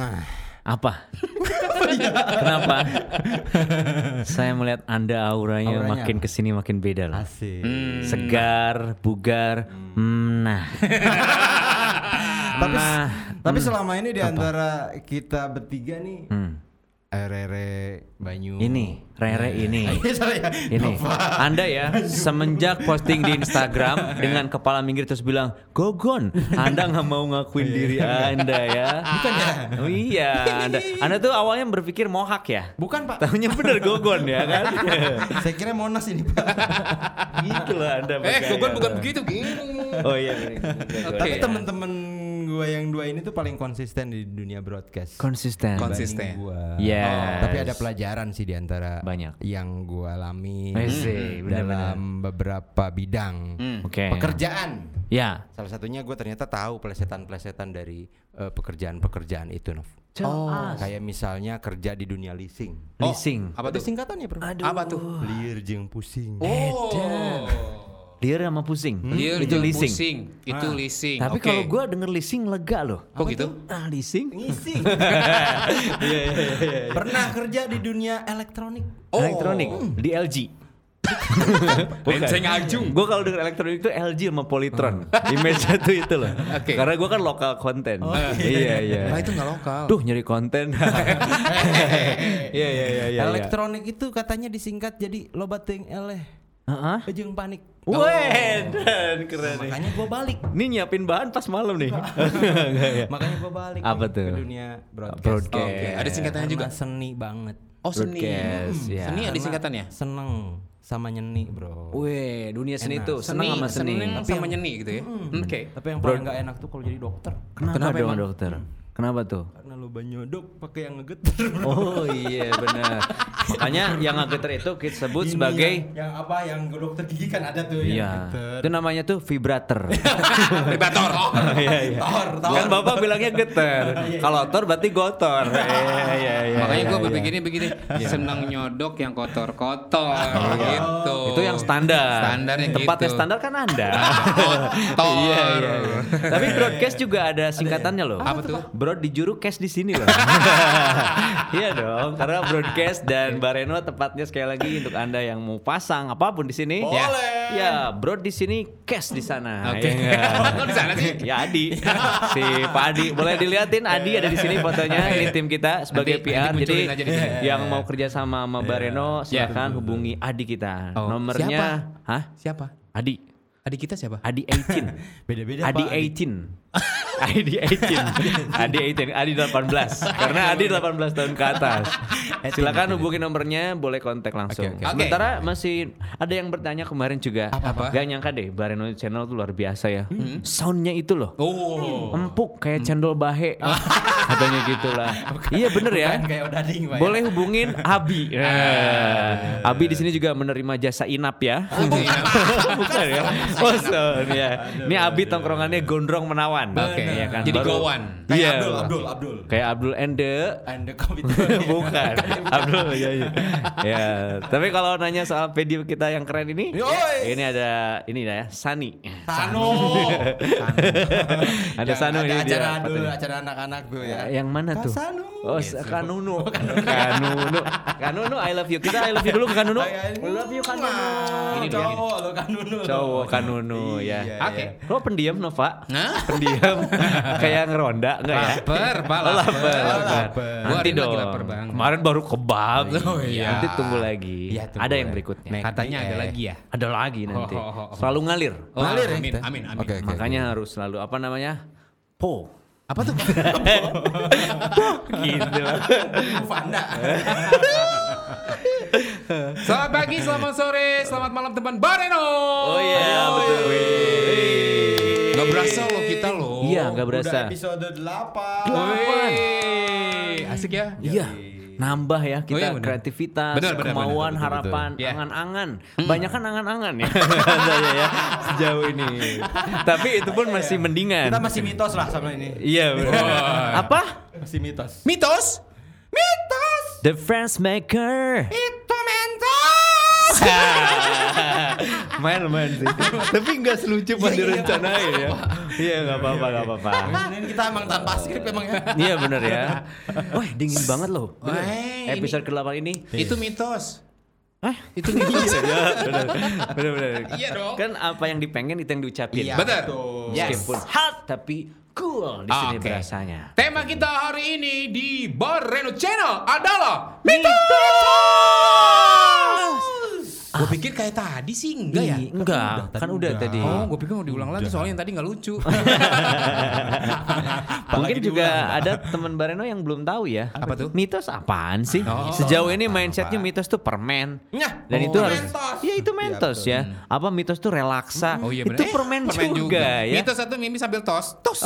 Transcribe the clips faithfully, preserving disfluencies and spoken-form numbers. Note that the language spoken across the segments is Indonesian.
Apa? Kenapa? Saya melihat Anda auranya, auranya makin kesini makin beda loh. Asik. Hmm. Segar, bugar. Hmm, nah. tapi nah. tapi hmm. selama ini di antara kita bertiga nih, hmm. Rere, Banyu. Ini, Rere ini. ya. Ini. Anda ya semenjak posting di Instagram dengan kepala minggir terus bilang Gogon, Anda nggak mau ngakuin diri Anda ya. Bukan ya? Oh iya, Anda, Anda tuh awalnya berpikir Mohak ya. Bukan Pak. Tahunya bener Gogon ya kan. Saya kira Monas ini Pak. Gitu loh Anda. Eh Gogon bukan begitu gini. Oh iya. Okay, tapi ya. Temen-temen gue yang dua ini tuh paling konsisten di dunia broadcast. Konsisten. Konsisten. Yes. Oh, tapi ada pelajaran sih di antara banyak yang gue alami hmm. dalam beberapa bidang hmm. okay. pekerjaan. Ya. Salah satunya gue ternyata tahu plesetan-plesetan dari uh, pekerjaan-pekerjaan itu, Nov. Oh. Kayak misalnya kerja di dunia leasing. Oh. Leasing. Apa tuh singkatannya, Bro? Aduh. Apa tuh? Liar jeung pusing. Oh. Liar sama pusing. Hmm? Liar itu leasing. Pusing. Itu ah. leasing. Tapi okay. kalau gue denger leasing lega loh. Kok gitu? Ah, leasing. Leasing. Pernah kerja di dunia elektronik. Oh. Elektronik hmm. di L G. Saya ngajung. Gue kalau denger elektronik itu L G sama Polytron. Image satu itu loh. Okay. Karena gue kan lokal konten. Oh, iya iya. Nah itu nggak lokal. Duh nyari konten. Iya iya iya. Elektronik itu katanya disingkat jadi loba teuing eleh. Heeh. Jeung panik. Oh. Weh, dan keren. Nah, makanya gue balik. Nih nyiapin bahan pas malam nih. Makanya gue balik. Apa nih tuh? Ke dunia broadcast. broadcast. Oh, okay. Ada singkatannya juga. Seni banget. Oh seni. Broadcast, ya. Seni ada singkatannya. Seneng sama nyeni, Bro. Weh, dunia seni Enak. tuh seneng sama seni. Seneng sama nyeni gitu ya. Hmm. Oke. Okay. Tapi yang paling nggak enak tuh kalau jadi dokter. Kenapa, Kenapa dong dokter? Kenapa tuh? Karena lo banyodok pakai yang ngegeter. Oh iya benar. Makanya yang ngegeter itu kita sebut Ini sebagai yang, yang apa? Yang dokter gigi kan ada tuh iya. yang ngegeter. Itu namanya tuh vibrator. Vibrator. Oh. Iya iya. Tor, tor. Kan Bapak bilangnya geter. Kalau tor berarti gotor. Iya iya iya. Makanya gue iya. begini begini senang nyodok yang kotor-kotor oh. gitu. Itu yang standar. Standarnya Tempatnya gitu. standar kan Anda. Kotor. Iya iya. iya. Tapi broadcast juga ada singkatannya loh. Apa tuh? Broad di juru cash di sini loh. Iya dong, karena broadcast dan Bareno tepatnya sekali lagi untuk Anda yang mau pasang apapun di sini. Boleh. Ya, broad di sini, cash di sana. Oke. Okay. Ya, Kok di sana sih? ya Adi. Si Pak Adi, boleh dilihatin Adi ada di sini fotonya. Ini tim kita sebagai nanti, P R. nanti Jadi yang yeah. mau kerja sama sama Bareno silakan yeah. hubungi Adi kita. Oh. Nomornya, siapa? hah? Siapa? Adi. Adik kita siapa? Adi delapan. Beda-beda Adi Pak. delapan. Adi delapan. Adi delapan. Adi delapan belas. Karena Adi delapan belas tahun ke atas. Silakan hubungi nomornya, boleh kontak langsung. Okay, okay. Sementara masih ada yang bertanya kemarin juga. Apa? Gak nyangka deh, Bareno Channel tuh luar biasa ya. Hmm. Soundnya itu loh. Oh. Empuk kayak cendol bahe. Katanya gitu lah. Iya bener ya. Kayak odading, Pak. Boleh hubungin Abi. Nah, Abi di sini juga menerima jasa inap ya. Bukan ya. Oh, so, ya. Ini Abi tongkrongannya gondrong menawan. Oke, okay. Ya kan? Jadi Baru, gowan. Kayak Iya. Abdul, Abdul, Abdul. Kayak Abdul Ende. Ende Covid. Bukan. Abdul ya, ya. Ya. Tapi kalau nanya soal video kita yang keren ini, Yoi. ini ada ini ya, Sani. Sano. Ada Sanu ada ini dia. acara dulu, fotonya. acara anak-anak tuh ya. Yang mana tuh? Kasanu. Oh, Yes. Kanunu. Kanunu. Kanunu, I love you. Kita I love you dulu ke Kanunu. I love you Kanunu. Ini dia, Cowok lo Kanunu. Cowok Kanunu ya. Iya, Oke. iya. Lo pendiam Nova? Hah? Pendiam. Kayak ngeronda enggak ya? Laper, Pak. Oh, lapar. Lapar. Gua Nanti hari ini dong. lagi lapar banget. Kemarin baru kebab. Oh, iya. Nanti tunggu lagi. Iya, tunggu Ada yang ya. berikutnya. Make Katanya the ada air. lagi ya? Ada lagi nanti. Oh, oh, oh. Selalu ngalir. Oh, Ngalir ya amin, kita? amin, amin. Oke, oke. Makanya harus selalu apa namanya? Po. Apa tuh? Gitu. Fanda. Selamat pagi, selamat sore, selamat malam teman Bareno. Oh iya, betul. Wih. Gak berasa loh kita loh. Iya, gak berasa. Udah episode delapan. Wih, asik ya? Iya. Nambah ya kita Oh iya, bener. kreativitas, Bener, bener, kemauan, bener, betul, harapan, betul. angan-angan. Banyak kan angan-angan ya saya ya sejauh ini. Tapi itu pun masih mendingan. Kita masih mitos lah sama ini. Iya benar. Oh. Apa? Masih mitos. Mitos? Mitos. The Friends Maker. Itu mentos. Main lumayan sih. Tapi nggak selucu pas direncanain ya. Iya nggak apa-apa nggak apa-apa. Ini kita emang tanpa skrip emang ya. Iya benar ya. Wah dingin banget loh. Wah, Episode kedelapan ini. Itu mitos. Hah? Itu mitos. Ya benar. Benar benar. Iya dong. Kan apa yang dipengen itu yang diucapin. Iya, Betul. Yes. Meskipun hot tapi cool di sini Oke. berasanya. Tema kita hari ini di Bar Reno Channel adalah Gue pikir kayak tadi sih enggak ya? Ih, enggak, Tadi kan udah. udah tadi. Oh, gue pikir mau diulang lagi soalnya yang tadi nggak lucu. Mungkin juga ada teman Bareno yang belum tahu ya. Apa tuh? Mitos apaan sih? Oh. Sejauh ini mindsetnya mitos tuh permen. Nyah. Dan Oh, itu harus, mentos. ya itu mentos ya. Apa mitos tuh relaksa? Oh iya itu benar. permen, juga, ya. Mitos satu Mimi sambil tos. Tos.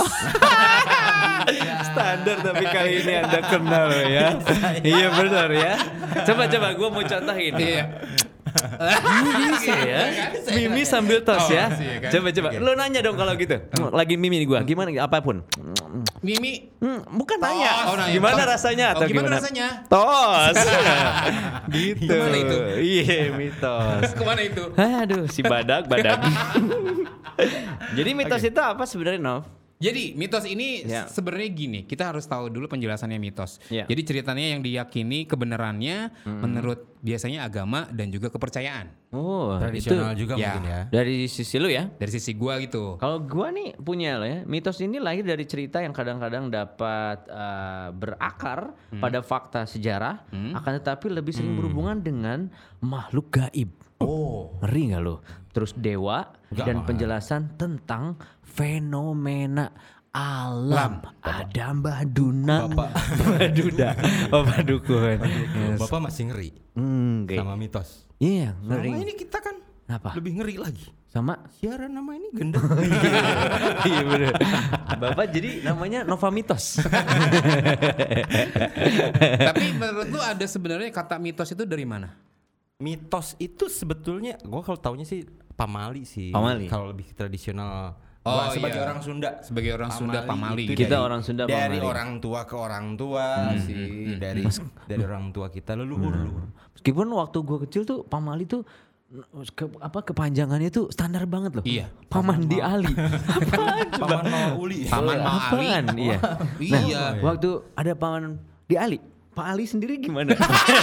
Standar tapi kali ini Anda kenal ya. Iya benar ya. Coba coba gue mau contohin. Iya. Bisa ya. Mimi sambil tos Oh, ya. iya kan? Coba coba. Lo nanya dong kalau gitu. Lagi Mimi nih gue. Gimana apapun. Mimi. Hmm, bukan nanya. Oh, nanya. Gimana Tos. rasanya Oh, atau gimana gimana? rasanya? Tos. Gitu. Gimana itu? Iya, mitos. Kemana itu? Aduh, si badak, badak. Jadi mitos itu apa sebenarnya, Nov? Jadi mitos ini Ya. sebenarnya gini, kita harus tahu dulu penjelasannya mitos. Ya. Jadi ceritanya yang diyakini kebenarannya menurut biasanya agama dan juga kepercayaan. Oh, Tradisional itu juga ya. mungkin ya. dari sisi lu ya. Dari sisi gua gitu. Kalau gua nih punya loh ya, mitos ini lahir dari cerita yang kadang-kadang dapat eh, berakar pada fakta sejarah, akan tetapi lebih sering berhubungan dengan makhluk gaib. Oh. Ngeri nggak lo? Terus dewa Nggak dan lah. penjelasan tentang fenomena alam. Ada Mbah Dunang, Bapak. Mbah Duda, Bapak Dukun. Yes. Bapak masih ngeri Hmm, kayak- sama mitos. Iya, Sama ngeri. ini kita kan Apa? lebih ngeri lagi. Sama Siaran nama ini gendeng. iya bener. Bapak jadi namanya Nova Mitos. Tapi menurut lu ada sebenarnya kata mitos itu dari mana? Mitos itu sebetulnya gua kalau taunya sih pamali sih. Pamali. Kalau lebih tradisional. Oh, Gua sebagai iya. orang Sunda. Sebagai orang Sunda pamali. itu Kita dari- orang Sunda dari pamali. orang tua ke orang tua sih, dari dari orang tua kita leluhur leluhur. Meskipun waktu gua kecil tuh pamali tuh ke, apa kepanjangannya tuh standar banget loh. Iya. Paman di Ali. Apaan coba? Paman Mawar Uli. Paman Mawar Ali. Apaan? Iya. Iya. Waktu ada paman di Ali, Pak Ali sendiri gimana?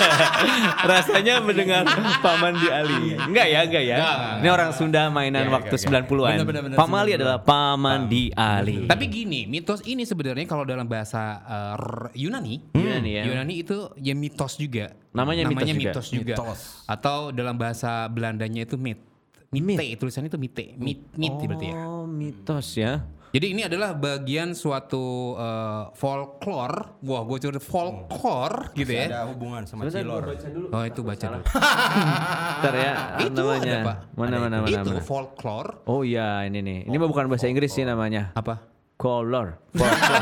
Rasanya mendengar paman di Ali. Enggak ya, enggak ya. Enggak, Ini orang Sunda mainan Enggak, waktu enggak, sembilan puluhan. Bener, bener, bener, Pamali sembilan puluhan. adalah paman di Ali. Tapi gini, mitos ini sebenarnya kalau dalam bahasa uh, r- Yunani, Yunani ya. Yunani itu ya mitos juga. Namanya mitos juga. mitos juga. Mitos. Atau dalam bahasa Belandanya itu myth. Mite, tulisannya itu mite. Myth, myth berarti ya. Oh, mitos ya. Jadi ini adalah bagian suatu uh, folklore. Wah, gue curi folklore gitu ya. Ada hubungan sama Cilor. Oh, itu baca dulu. Ntar ya Itu namanya. ada, Pak. Mana Ada mana itu. mana. Itu mana. folklore. Oh iya ini nih. Ini mah bukan bahasa Inggris sih namanya. Apa? Folklore. Folklore.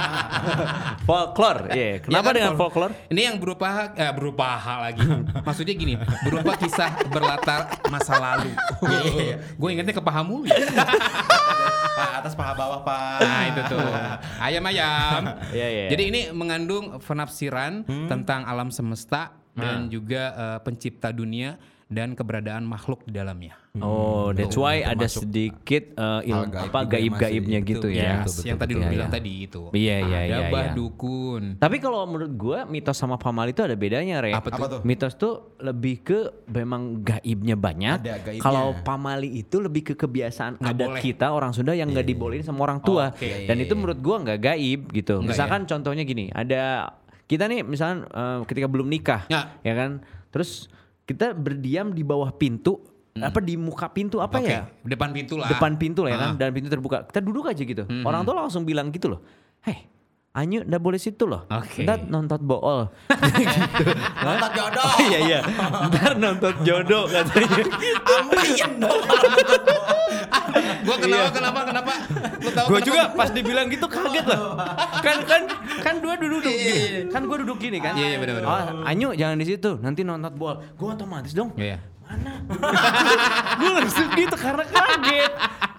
Folklore. Iya. Kenapa Ya kan, dengan fol- folklore? Ini yang berupa eh, berupa hal lagi. Maksudnya gini, berupa kisah berlatar masa lalu. Gue ingetnya ke paha mulu. Ya. Pak, atas paha bawah, Pak. Nah itu tuh ayam-ayam. Iya, iya. Jadi ini mengandung penafsiran tentang alam semesta dan juga eh, pencipta dunia dan keberadaan makhluk di dalamnya. Oh, that's why Itu ada masuk sedikit uh, il- hal gaib apa juga gaib-gaibnya masih. gitu Betul, ya. Yes, betul, yang tadi betul. lu Iya, bilang iya. tadi itu. Iya, iya, Ada iya, bah iya. dukun. Tapi kalau menurut gua mitos sama pamali itu ada bedanya, Re. Apa tuh? Apa tuh? Mitos tuh lebih ke memang gaibnya banyak. Ada gaibnya. Kalau pamali itu lebih ke kebiasaan Nggak adat boleh. kita orang Sunda yang nggak dibolehin sama orang tua. Oke. Dan itu menurut gua nggak gaib gitu. Nggak Misalkan contohnya gini, ada kita nih misalkan eh, ketika belum nikah, Ya. ya kan, terus kita berdiam di bawah pintu, apa di muka pintu apa Oke, ya? depan pintu lah. Depan pintu lah ya kan, Ah. dan pintu terbuka. Kita duduk aja gitu. Hmm. Orang tua langsung bilang gitu loh. Hei, Anyu nggak boleh situ loh. Oke. Ntar nonton bool. gitu. Nonton jodoh. Oh, iya iya. Ntar nonton jodoh katanya. Amin dong kalau nonton bola. Gua kenapa kenapa kenapa? Lu tahu Gue kenapa? juga pas dibilang gitu kaget loh. Kan kan kan dua duduk gini. Kan gue duduk gini kan. Iya, iya, benar, benar. Oh, Anyu jangan di situ. Nanti nonton bool. Gue otomatis dong. Iya. Mana? Gue langsung gitu karena kaget.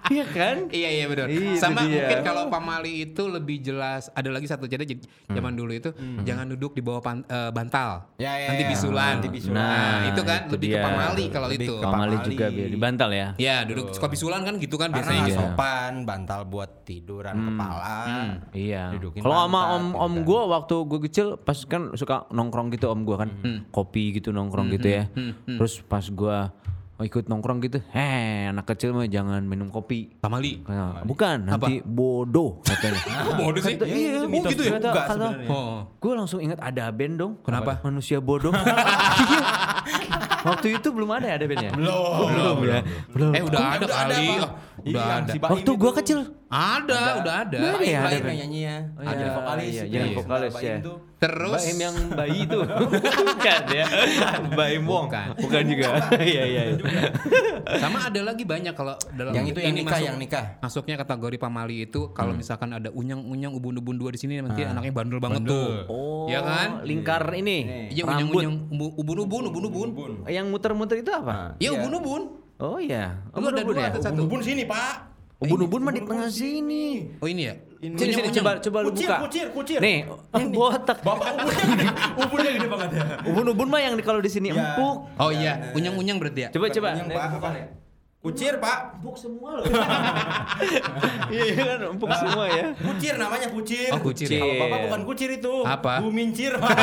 Iya kan? Iya iya benar. Itu Sama dia. mungkin kalau pamali itu lebih jelas. Ada lagi satu jadi jadi zaman dulu itu jangan duduk di bawah pan- eh, bantal. Ya, ya, Nanti ya. bisulan. Nanti bisulan. Nah, itu kan itu lebih dia. ke pamali kalau Lebih itu. ke Pamali Pamali. juga biar dibantal ya. Ya duduk suka bisulan kan gitu kan Karena biasanya nggak gitu. sopan, bantal buat tiduran kepala. Iya. Didudukin Kalau sama pantat, om gitu om kan. gue waktu gue kecil pas kan suka nongkrong gitu om gue kan kopi gitu nongkrong gitu ya. Terus pas gue ikut nongkrong gitu, heh anak kecil mah jangan minum kopi. Pamali. Karena- Bukan nanti bodoh katanya. Kok bodoh sih? Kata, iya, itu mitos gitu ya. juga Kata, sebenarnya. Oh. gue langsung ingat ada band dong. Kenapa? Manusia bodoh. Iya. Waktu itu belum ada ya ada bandnya? Belum. Belum ya. Belum. Eh udah ada Udah ada, kali. Pak. Oh, udah Iya, ada. si Baim Waktu itu. gue kecil. Ada, udah ada. Ada ya, ada Baim band. yang nyanyinya. Oh, Ada iya, vokalis. iya, itu. jangan Iya. vokalis Baim ya. tuh. Terus Baim yang bayi itu. Bukan ya. Baim Wong. Bukan. Bukan juga. Iya iya. iya. sama ada lagi banyak kalau dalam Yang itu yang ini nikah, masuk- yang nikah. Masuknya kategori pamali itu kalau misalkan ada unyang-unyang ubun-ubun dua di sini nanti anaknya bandel banget tuh. Oh. Ya kan? Lingkar ini. Iya Rambut. unyang-unyang ubu- ubun-ubun, ubun-ubun. Yang muter-muter itu apa? Iya ubun-ubun. Oh iya. Lu ada Ubun-ubun dua ya? atau satu? Ubun sini, Pak. Ubun-ubun mah di tengah sini. Oh ini ya? Ini. Sini sini coba coba lu Kucir, buka. kucir, kucir. Nih, yang botak. Bapak ubunnya, ubunnya gede banget ya. Ubun-ubun mah yang di- kalau di sini Ya. empuk. Oh iya, unyang-unyang berarti ya? Coba coba. Yang Nih, Pak, buka. Pak. Kucir, Pak. Empuk semua loh. Iya iya kan empuk semua ya. Kucir namanya kucir. Oh, kucir. Kalau Bapak bukan kucir itu. Apa? Bumincir, Pak.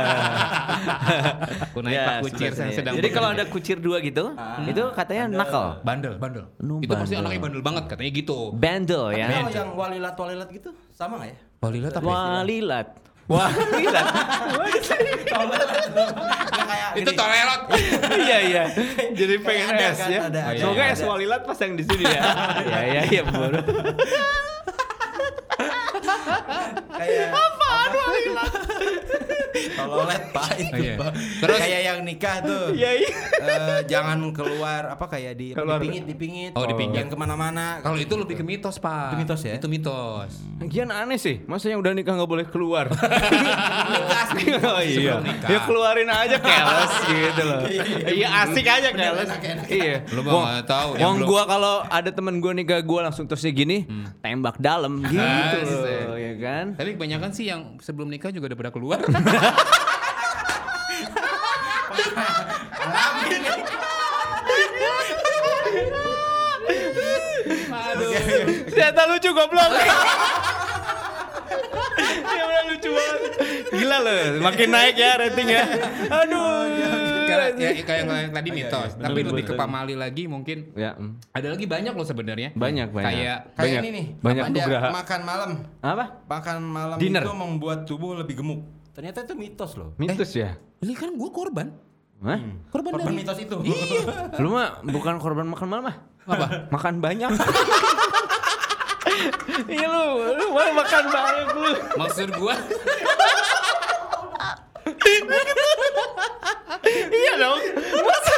Aku naik Pak Kucir, saya sedang Jadi kalau bekerja. ada kucir dua gitu, itu katanya nakal. bandel, bandel. Nu Itu pasti bandel. anaknya bandel banget katanya gitu. Bandel ya. Kalau yang walilat-walilat gitu sama nggak ya? Walilat apa? Walilat. Walilat. Nggak kayak Itu gini. tolelot. Iya iya. Jadi Kayak pengen ada es kan, ya. ada, ada, Semoga ada. es walilat pas yang di sini ya. Iya iya iya bener. Kayak apaan walilat? Tolet, Pak itu, Oh, iya. Pak. Terus? Kayak yang nikah tuh. Iya iya. Eh, jangan keluar apa kayak di apa, Keluar. dipingit dipingit Oh, dipingit. yang kemana-mana. Kalau itu lebih ke mitos, Pak. Itu mitos ya? Itu mitos. Lagian aneh sih, masa yang udah nikah nggak boleh keluar? Nikah Oh iya, Sebelum nikah. ya keluarin aja keles gitu loh. Iya asik aja keles. Iya. Lu mah Wong- nggak tahu, yang Wong belum- gua kalau ada temen gua nikah gua langsung terusnya gini, tembak dalam gitu Asik. loh, ya kan? Tapi kebanyakan sih yang sebelum nikah juga udah pada keluar. Ternyata lucu goblok. Ya udah lucu banget. Gila loh, makin naik ya rating ya. Aduh. Karena ya, kayak yang tadi mitos, iya, tapi betul, lebih ke betul. pamali lagi mungkin. Ya, mm. Ada lagi banyak loh sebenarnya. banyak banyak. Kayak Kayak banyak, ini nih. banyak apa dia nugraha. makan malam. Apa? Makan malam Dinner. itu membuat tubuh lebih gemuk. Ternyata itu mitos loh. Mitos ya? ini kan gue korban. Hah? Korban, Korban dari mitos itu. Lu mah bukan korban makan malam ah. apa? Makan banyak. Iya lu, lu mah makan banyak lu. Maksud gue Iya dong. Masa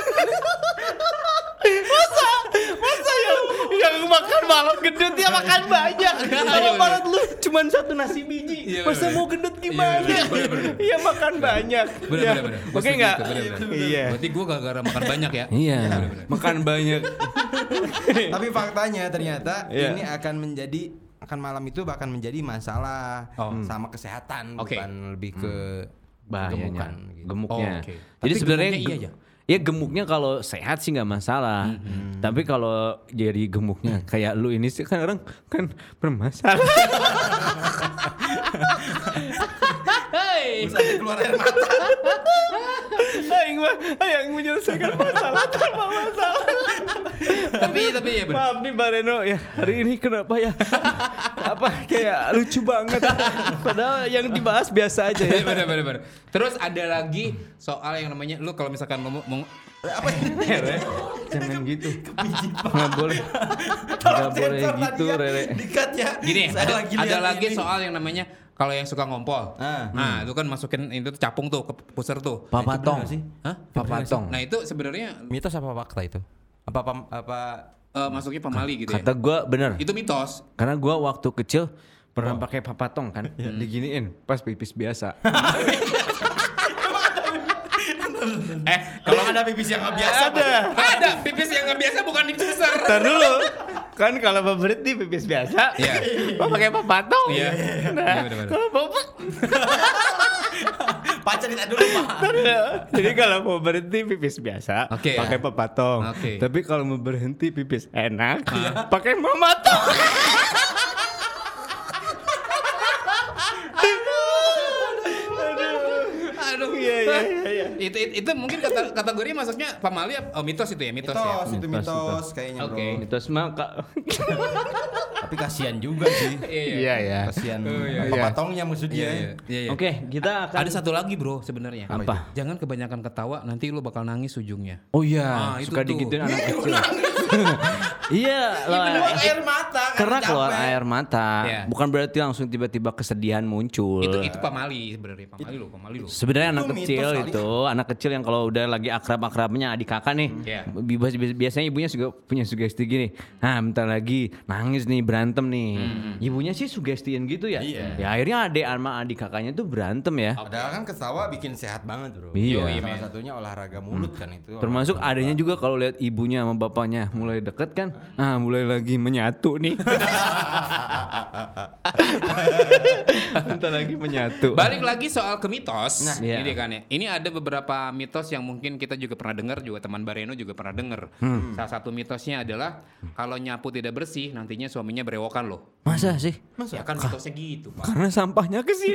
Masa Masa yang yang makan malam gendut ya makan banyak. Kalau malam lu cuman satu nasi biji. Iya, Masa bener. mau gendut gimana? Iya, bener, bener. Iya makan banyak. bener Ya, bener bener. Gua Oke setuju enggak? itu, bener, bener. Iya. Berarti gue gara-gara makan banyak ya. Iya, bener. makan banyak. Tapi faktanya ternyata Iya. ini akan menjadi akan malam itu bahkan menjadi masalah Oh. sama kesehatan Oke. bukan lebih ke Bahayanya, gemukan gitu. gemuknya. Oh, oke. Jadi Tapi sebenarnya gemuknya iya gem- aja? ya gemuknya kalau sehat sih nggak masalah. Tapi kalau jadi gemuknya kayak lu ini sih kan orang kan bermasalah. Hei. Terus ada keluar air mata. Aing mah yang menyelesaikan masalah tanpa masalah. tapi tapi ya benar. Maaf nih Bareno ya hari ini kenapa ya apa kayak lucu banget. Padahal yang dibahas biasa aja ya. bener bener bener. Terus ada lagi soal yang namanya lu kalau misalkan ngomong mau Apa ini? Rere, jangan gitu. Nggak boleh. Nggak boleh Sensor gitu tadi ya, Rere. Dikat ya. gini Saya ada lagi ada lihat lagi ini. soal yang namanya kalau yang suka ngompol. Ah. Nah, itu kan masukin itu tuh capung tuh ke pusar tuh. Papatong. sih? Hah? Papatong. Nah, itu sebenarnya Mitos apa fakta itu? Apa apa, apa eh, masuknya pamali gitu ya. Kata gue bener. Itu mitos. Karena gue waktu kecil pernah pakai papatong kan, diginiin pas pipis biasa. Eh, kalau ada pipis yang nggak biasa Ada. ada pipis yang nggak biasa bukan di pusar. Ntar dulu, Kan kalau mau berhenti pipis biasa, Iya. mau pakai pepatong. Iya. Nah, Iya, benar-benar. kalau mau Pacar kita dulu Pak. jadi kalau mau berhenti pipis biasa, Oke. pakai pepatong. Oke. Tapi kalau mau berhenti pipis enak, pakai mematong. Aduh. Iya iya iya. Itu, itu itu mungkin kata, kategori masuknya pamali oh, mitos itu ya, mitos, ya. Mitos, itu Mitos, mitos kayaknya Oke. bro. Mitos mah Kak. Tapi kasihan juga sih. Iya ya. Kasihan Oh, iya. pepatongnya maksudnya. Iya, iya, iya, iya. Oke, kita akan Ada satu lagi bro sebenarnya. Apa? Jangan kebanyakan ketawa, nanti lu bakal nangis ujungnya. Oh iya, Ah, itu suka tuh. digituin anak kecil. Iya, lah. Keluar air mata Karena keluar capek. air mata, Iya. bukan berarti langsung tiba-tiba kesedihan muncul. Itu itu pamali sebenarnya, pamali lo, pamali lo. Sebenarnya anak Itu kecil mitos kali. itu, anak kecil yang kalau udah lagi akrab-akrabnya adik kakak nih, Iya. bi- bi- biasanya ibunya juga punya sugesti gini, nah bentar lagi nangis nih berantem nih, ibunya sih sugestiin gitu ya, Iya. ya akhirnya adik sama adik kakaknya tuh berantem ya, Padahal kan ketawa bikin sehat banget bro. Iya. Salah men. satunya olahraga mulut kan itu. termasuk adanya juga kalau lihat ibunya sama bapaknya mulai deket kan, ah mulai lagi menyatu nih, bentar lagi menyatu. Balik lagi soal ke mitos, Nah, ini iya. dia kan ya. Ini ada beberapa mitos yang mungkin kita juga pernah dengar, juga teman Bareno juga pernah dengar. Hmm. Salah satu mitosnya adalah kalau nyapu tidak bersih, nantinya suaminya berewokan loh. Masa sih? Ya kan mitosnya gitu, Pak. Karena sampahnya ke sini.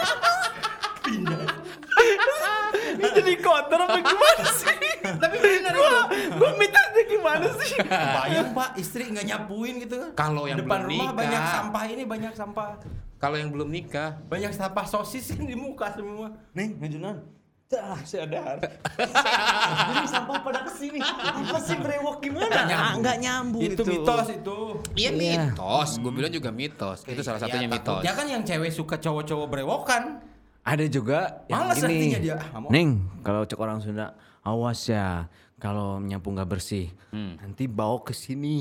Ini jadi kotor apa gimana sih? Tapi benar itu. Gue mitosnya gimana sih? Bayang Pak, istri nggak nyapuin gitu kan. Kalau yang depan belum rumah nikah. banyak sampah ini banyak sampah. Kalau yang belum nikah, Banyak sampah sosis kan di muka semua. Nih, ngajunan. Dah, sadar. Jadi sampah pada kesini. Apa sih brewok gimana? Ah, Nggak nyambung Itu mitos itu. iya Iya. mitos. Gue bilang juga mitos. Itu salah satunya Ya, mitos. takutnya kan yang cewek suka cowok-cowok brewokan. Ada juga yang Males gini. artinya dia. Ah, nggak mau. Neng, kalau cek orang Sunda, awas ya. Kalau nyapu nggak bersih, nanti bawa ke sini.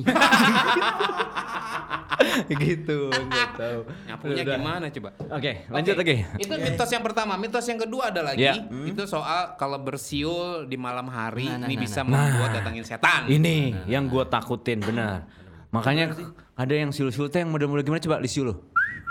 gitu, nggak tahu. Nyapunya Udah. gimana coba? Oke, lanjut Oke, lagi. Itu mitos yang pertama. Mitos yang kedua ada lagi. Ya. Itu soal kalau bersiul di malam hari Nah, nah, ini nah, bisa nah. membuat Nah. datangin setan. Ini yang gue takutin, benar. Makanya ada yang siul-siul teh yang model-model gimana coba disiul lo.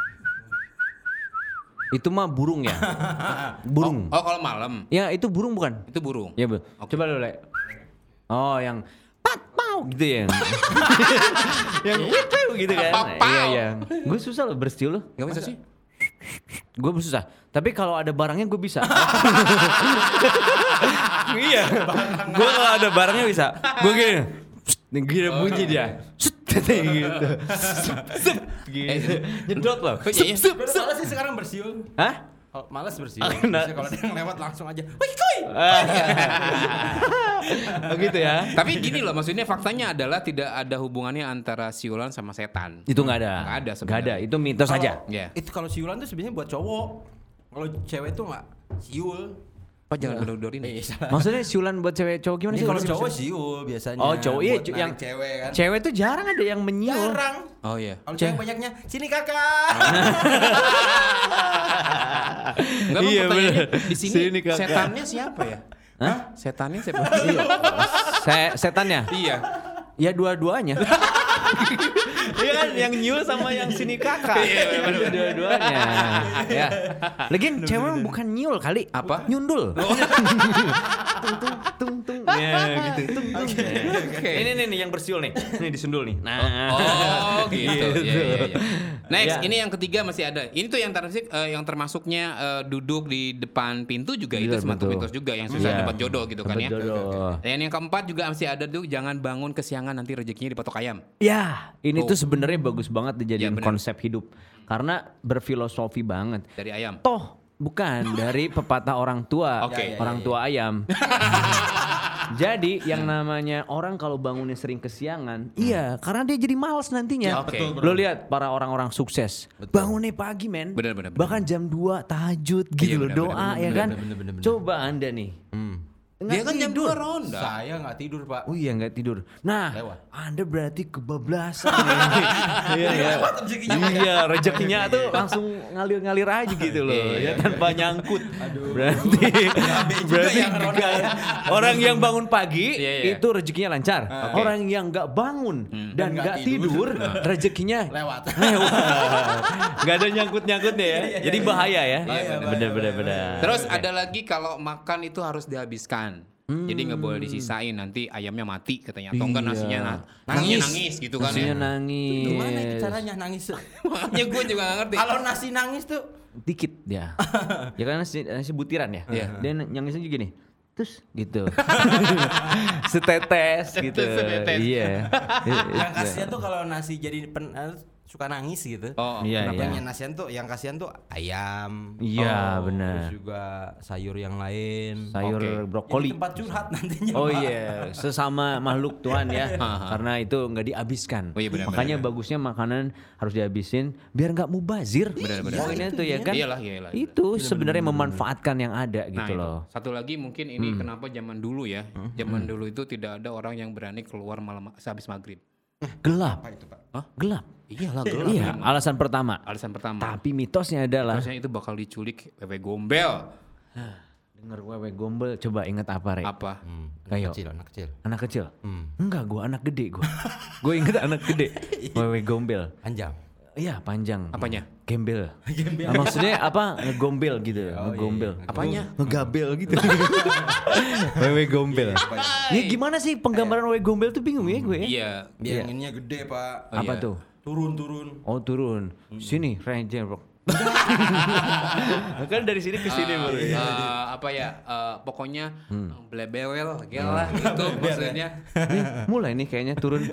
Itu mah burung ya? Burung. Oh, kalau malam Ya itu burung bukan? itu burung. Ya bu. Oke. Coba lo Le. Oh yang pat pau gitu ya. Yang wipeu gitu kan. Papau. Iya iya. Gue susah lo bersiul lo. Gak bisa sih? Gue susah. Tapi kalau ada barangnya gue bisa. Iya. Gue kalau ada barangnya bisa. Gue gini. Nih gini bunyi dia. Set, gitu. Sep, sep, gitu. Nyedot loh. Oh, iya, iya. Sep, Udah sep. males sih sekarang bersiul. Hah? Kalau males bersiul. Ah, nah. Biasanya kalau ada yang lewat langsung aja. Wih kuy. Oh gitu ya. Tapi gini loh, maksudnya faktanya adalah tidak ada hubungannya antara siulan sama setan. Itu nggak ada. Nggak ada Nggak sebenarnya. ada. Itu mitos Kalau- aja. Iya. Itu kalau siulan tuh sebenarnya buat cowok. Kalau cewek tuh nggak siul. Oh jangan gedor-gedorin. Eh, salah. Maksudnya siulan buat cewek cowok gimana Ini sih? kalau Maksudnya? cowok siul biasanya. Oh, cowok, iya, Buat cu- narik yang- cewek kan. Cewek tuh jarang ada yang menyiul. Jarang. Oh iya. Kalau Ce- cewek banyaknya sini kakak. Enggak mau Iya, pertanyaannya bener. di sini, Sini, Kak. setannya siapa ya? Hah? Setannya siapa? Se- setannya? Iya. Ya dua-duanya. Iya kan yang nyul sama yang sini kakak. Iya dua-duanya. Ya. Lagian cewek bukan nyul kali. Apa? Nyundul. tung tung tung tung. Ya gitu. Tung tung. Oke. Ini nih nih yang bersiul nih. Ini disundul nih. Nah. Oh gitu. Iya, iya, iya. Next, Ya. ini yang ketiga masih ada. Ini tuh yang termasuk eh, yang termasuknya eh, duduk di depan pintu juga Iya, itu termasuk betul. mitos juga yang susah Iya. dapat jodoh gitu kan Dapat ya. jodoh. Dan yang keempat juga masih ada tuh jangan bangun kesiangan nanti rezekinya dipatok ayam. Ya, ini Oh. tuh sebenarnya bagus banget dijadiin Ya, bener. konsep hidup karena berfilosofi banget. Dari ayam. Toh bukan dari pepatah orang tua, Oke. Ya, ya, orang ya, tua ayam. Jadi yang namanya orang kalau bangunnya sering kesiangan, iya karena dia jadi malas nantinya. Ya, Oke. betul, bro. Lo lihat para orang-orang sukses, bangunnya pagi men, Bener, bener, bener. bahkan jam dua tahajud gitu Iya, loh bener, doa bener, ya bener, kan. bener, bener, bener. Coba anda nih, Hmm. Dia kan jam tidur. dua ronda. Saya nggak tidur pak. Oh iya nggak tidur. Nah, Lewat. Anda berarti kebablasan. Iya, iya. Iya, rezekinya tuh langsung ngalir-ngalir aja gitu loh, ya tanpa nyangkut. Berarti berarti yang ronda. nggak- orang yang bangun pagi Iya, iya. itu rezekinya lancar. Oke. Orang yang nggak bangun dan Dan nggak nggak tidur, rezekinya Lewat. lewat. Nggak ada nyangkut-nyangkutnya ya. Jadi bahaya ya. Bahaya, Bener bahaya, bener bener. Terus ada lagi kalau makan itu harus dihabiskan. Jadi nggak boleh disisain, nanti ayamnya mati katanya. Atau enggak Iya. nasinya na- nasinya nangis gitu kan Nasinya ya. nangis. Gimana itu caranya nangis? Makanya gue juga nggak ngerti. Kalau nasi nangis tuh Dikit dia. Ya kan nasi, nasi butiran ya. Iya. Dia nangisnya juga gini. Terus gitu. Setetes gitu. Setetes. Iya. yang kasihan tuh kalau nasi jadi pen, eh, suka nangis gitu. Oh, Iya, Kenapa iya. yang kasihan tuh yang kasihan tuh ayam. Iya, Oh, benar. Terus juga sayur yang lain. Sayur Oke. brokoli. Jadi tempat curhat nantinya. Oh Pak. iya, sesama makhluk Tuhan ya. Karena itu nggak dihabiskan. Oh iya, benar, Makanya benar, bagusnya makanan harus dihabisin biar nggak mubazir. Benar, benar. Poinnya itu ya kan. Iyalah, iyalah. Itu sebenarnya memanfaatkan yang ada Nah, gitu itu. loh. Satu lagi mungkin ini kenapa zaman dulu ya. Zaman dulu itu tidak ada orang yang berani keluar malam sehabis maghrib. Gelap. Apa itu, Pak? Hah? Gelap. Iyalah gelap. Iya, alasan pertama. Alasan pertama. Tapi mitosnya adalah Terusnya itu bakal diculik wewe gombel. denger wewe gombel, coba inget apa Rek? Apa? Hmm, Kayak- anak kecil, anak kecil. Anak kecil? Hmm. Enggak, gua anak gede gua. Gua inget anak gede. Wewe gombel. Panjang. Iya, panjang. Apanya? Gembel. Nah, maksudnya apa? Ngegombel gitu. Ngegombel. iya. Apanya? Ngegabel gitu. Wewe gombel. Ya gimana sih penggambaran wewe gombel tuh bingung ya gue ya? Iya. Dia inginnya gede, Pak. Oh, Apa iya. tuh? Turun, turun. Oh turun. Sini, Ranger bro. Kan dari sini ke sini baru ya. Eh, apa ya? eh, pokoknya blebewel, gel lah gitu maksudnya. Nih, mulai nih kayaknya turun.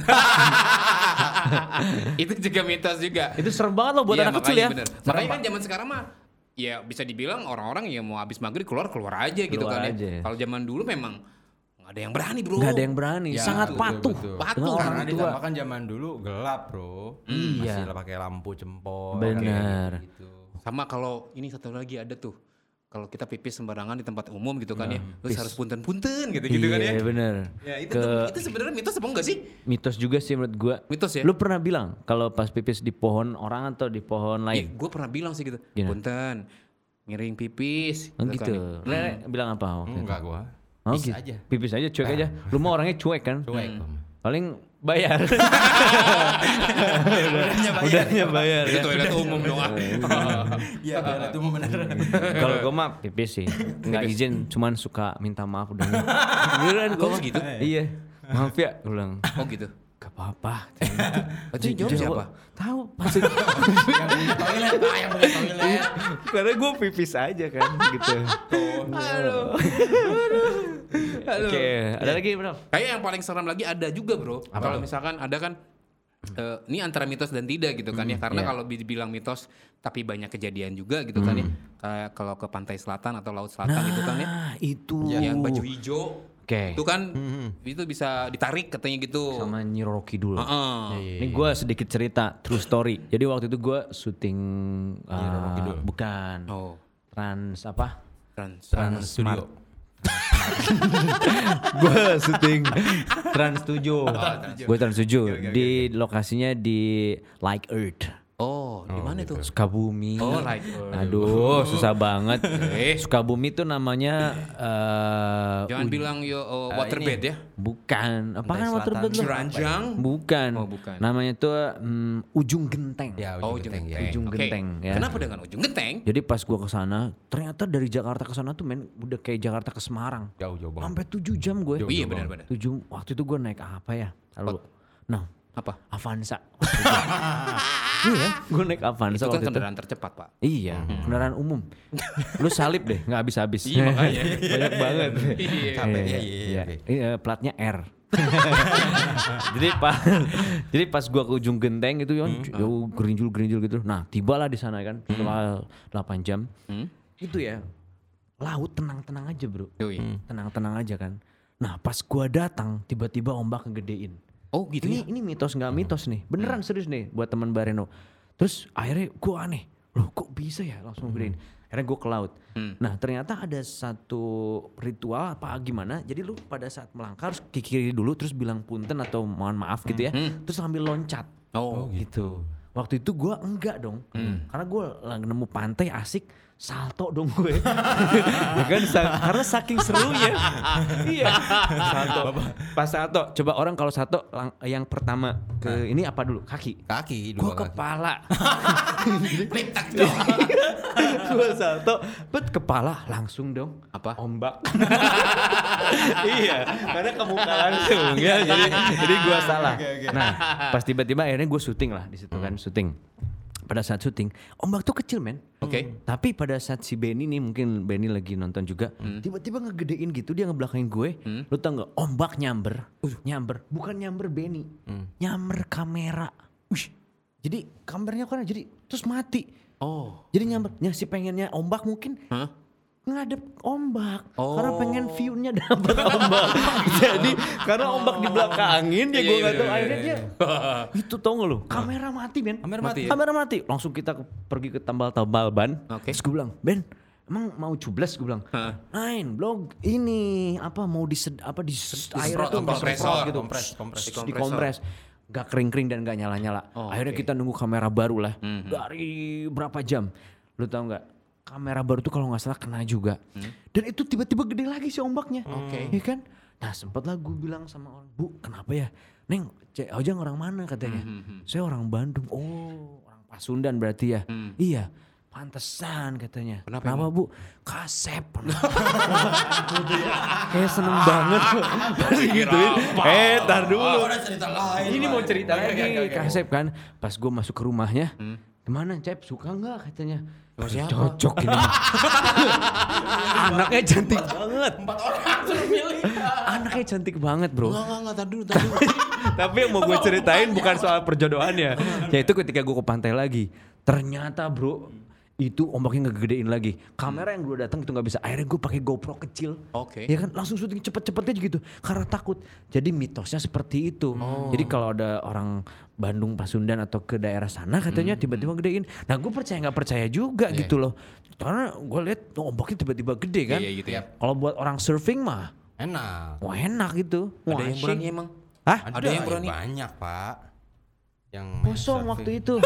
Itu juga mitos juga. Itu serem banget loh buat Iya, anak kecil ya. makanya bener. Makanya kan zaman sekarang mah ya bisa dibilang orang-orang yang mau habis maghrib keluar keluar aja gitu Keluar kan aja. ya. Kalau zaman dulu memang nggak ada yang berani bro. Nggak ada yang berani, Ya, sangat betul, patuh. betul. Patuh. Dengan orang Karena tua. ditambahkan zaman dulu gelap, Bro. Iya. Masih pakai lampu jempol. Benar. kayak gitu. Sama kalau ini satu lagi ada tuh. Kalau kita pipis sembarangan di tempat umum gitu kan ya, terus pis. harus punten-punten gitu-gitu kan ya. Iya bener. Ya itu Ke tuh- itu sebenarnya mitos apa enggak sih? mitos juga sih menurut gua. Mitos ya? Lu pernah bilang kalau pas pipis di pohon orang atau di pohon Iya, lain? gue pernah bilang sih gitu. Gimana? Punten, ngiring pipis. Oh kan gitu. ya. Lele bilang apa? waktu itu? Enggak gua. Oh Bisa gitu. aja. Pipis aja, cuek aja. Lu mah orangnya cuek kan? Cuek. Om. Paling bayar. Udahnya bayar. Udahnya bayar Itu ya. toilet umum dong. ah. Iya, benar itu benar. Kalau gue mah pipis sih, nggak izin, cuman suka minta maaf udah. Beneran gue Oh, gitu? Iya, maaf ya, gue bilang. Oh gitu. Gak apa-apa. Berarti jawab siapa? Tahu maksud. Yang punya toilet, ah, yang punya toilet. Karena gue pipis aja kan, gitu. Aduh. Oke, ada lagi bro? Kayak yang paling seram lagi ada juga bro. Kalau misalkan ada kan, eh, ini antara mitos dan tidak gitu kan ya. Karena iya. kalau dibilang mitos, tapi banyak kejadian juga gitu kan ya. Kayak kalau ke pantai selatan atau laut selatan itu kan ya, Nah, itu. yang baju hijau, Oke. itu kan itu bisa ditarik katanya gitu. Sama Nyi Roro Kidul. Heeh. Ini gue sedikit cerita true story. Jadi waktu itu gue syuting uh, bukan Oh, trans apa? trans. Trans Studio. Gue syuting Trans tujuh. Gue Trans tujuh di lokasinya di Like Earth. Oh, di mana tuh? Sukabumi. Oh, Like Earth. Aduh, susah banget. Eh. Sukabumi tuh namanya eh Jangan bilang yo oh, waterbed ya. bukan. Apa kan Selatan. waterbed lu? Ranjang. Bukan. Oh, bukan. Namanya tuh mm, Ujung Genteng. Ya, Oh, ujung ujung genteng ya. genteng. Ujung Oke. genteng, ya. Kenapa dengan ujung genteng? Jadi pas gua ke sana, ternyata dari Jakarta ke sana tuh men udah kayak Jakarta ke Semarang. Jauh-jauh banget. Sampai tujuh jam gue. Oh, iya benar-benar. Tujuh waktu itu gue naik apa ya? Lalu, nah Apa? Avanza. Iya, gue naik Avanza Itu kan waktu itu. kendaraan tercepat, Pak. Iya, kendaraan umum. Lu salib deh, nggak habis-habis. Iya, makanya. Banyak banget. Iya. Capek, Iya, iya, iya, iya. oke. Iya, platnya R. jadi pas jadi pas gua ke ujung genteng itu kan jauh gerinjul-gerinjul gitu. Nah, tibalah di sana kan setelah delapan jam. Hmm? Itu ya laut tenang-tenang aja, Bro. Yoi. Tenang-tenang aja kan. Nah, pas gua datang tiba-tiba ombak ngegedein. Oh, gitu Ini ya. ini mitos nggak mitos nih. Beneran serius nih buat teman Bareno. Terus akhirnya gua aneh. loh kok bisa ya langsung gedein. Akhirnya gue ke laut. Hmm. Nah ternyata ada satu ritual apa gimana. Jadi lu pada saat melangkah harus ke kiri dulu terus bilang punten atau mohon maaf gitu ya. Hmm. Terus sambil loncat. Oh, oh gitu. Waktu itu gue enggak dong. Hmm. Karena gue lagi nemu pantai asik. Salto dong gue. Ya kan karena saking serunya. Iya. Salto. Pas salto, coba orang kalau salto lang- yang pertama ke nah. ini apa dulu? Kaki. Kaki dulu. Gue kepala. Gue salto, bet kepala langsung dong. Apa? Ombak. Iya, karena ke muka langsung ya. Jadi jadi gue salah. Okay, okay. Nah, pas tiba-tiba akhirnya gue syuting lah di situ kan, syuting. Pada saat syuting, ombak tuh kecil men. Oke. Okay. Tapi pada saat si Benny nih, mungkin Benny lagi nonton juga, hmm. tiba-tiba ngegedein gitu, dia ngebelakangin gue. Hmm. Lu tau gak, ombak nyamber, uh. nyamber, bukan nyamber Benny, hmm. nyamber kamera. Ush. Jadi kameranya kan jadi terus mati. Oh. Jadi nyamber, ya si pengennya ombak mungkin. Huh? Ngadep ombak oh. karena pengen view-nya dapat ombak. Jadi karena ombak di belakangin ya gue nggak tahu akhirnya dia itu tau nggak lo kamera mati Ben kamera mati, kamera mati langsung kita ke, pergi ke tambal-tambal ban. Okay. Terus gue bilang Ben emang mau cubles gue bilang huh? Nain blog ini apa mau di apa di air itu kompresor gitu kompres kompres di kompres gak kering-kering dan gak nyala-nyala. Oh, akhirnya okay. kita nunggu kamera baru lah mm-hmm. dari berapa jam lu tau nggak kamera baru tuh kalau nggak salah kena juga hmm? Dan itu tiba-tiba gede lagi si ombaknya, oke, okay. ya kan? Nah sempat lah gue bilang sama orang, Bu kenapa ya, Neng, Cek Ojang orang mana katanya? Hmm, hmm, Saya orang Bandung, oh orang Pasundan berarti ya, hmm. Iya, pantesan katanya. Kenapa, kenapa Bu? Kasep, kayak seneng banget, pasti gituin. Eh, tar dulu, oh, cerita lain, ini mau cerita lagi, okay, okay, okay. Kasep kan, pas gue masuk ke rumahnya, hmm? Gimana Cep, suka nggak katanya? Siapa? Cocok ini. Anaknya cantik banget. Empat orang suruh milih. Anaknya cantik banget bro. Enggak, enggak, enggak, tar dulu, tar dulu. Tapi yang mau gue ceritain bukan soal perjodohannya. Yaitu ketika gue ke pantai lagi. Ternyata bro, itu ombaknya ngegedein lagi. Kamera yang gue datang itu nggak bisa. Akhirnya gue pakai GoPro kecil. Oke. Okay. Ya kan langsung syuting cepet-cepet aja gitu. Karena takut. Jadi mitosnya seperti itu. Oh. Jadi kalau ada orang Bandung, Pasundan atau ke daerah sana katanya hmm. tiba-tiba gedein. Nah gue percaya nggak percaya juga yeah. gitu loh. Karena gue lihat oh, ombaknya tiba-tiba gede kan. Iya yeah, yeah, gitu ya. Kalau buat orang surfing mah enak. Wah enak gitu. Ada Wah, yang berani emang? Hah? Ada, ada yang berani? Banyak pak. Yang kosong waktu itu.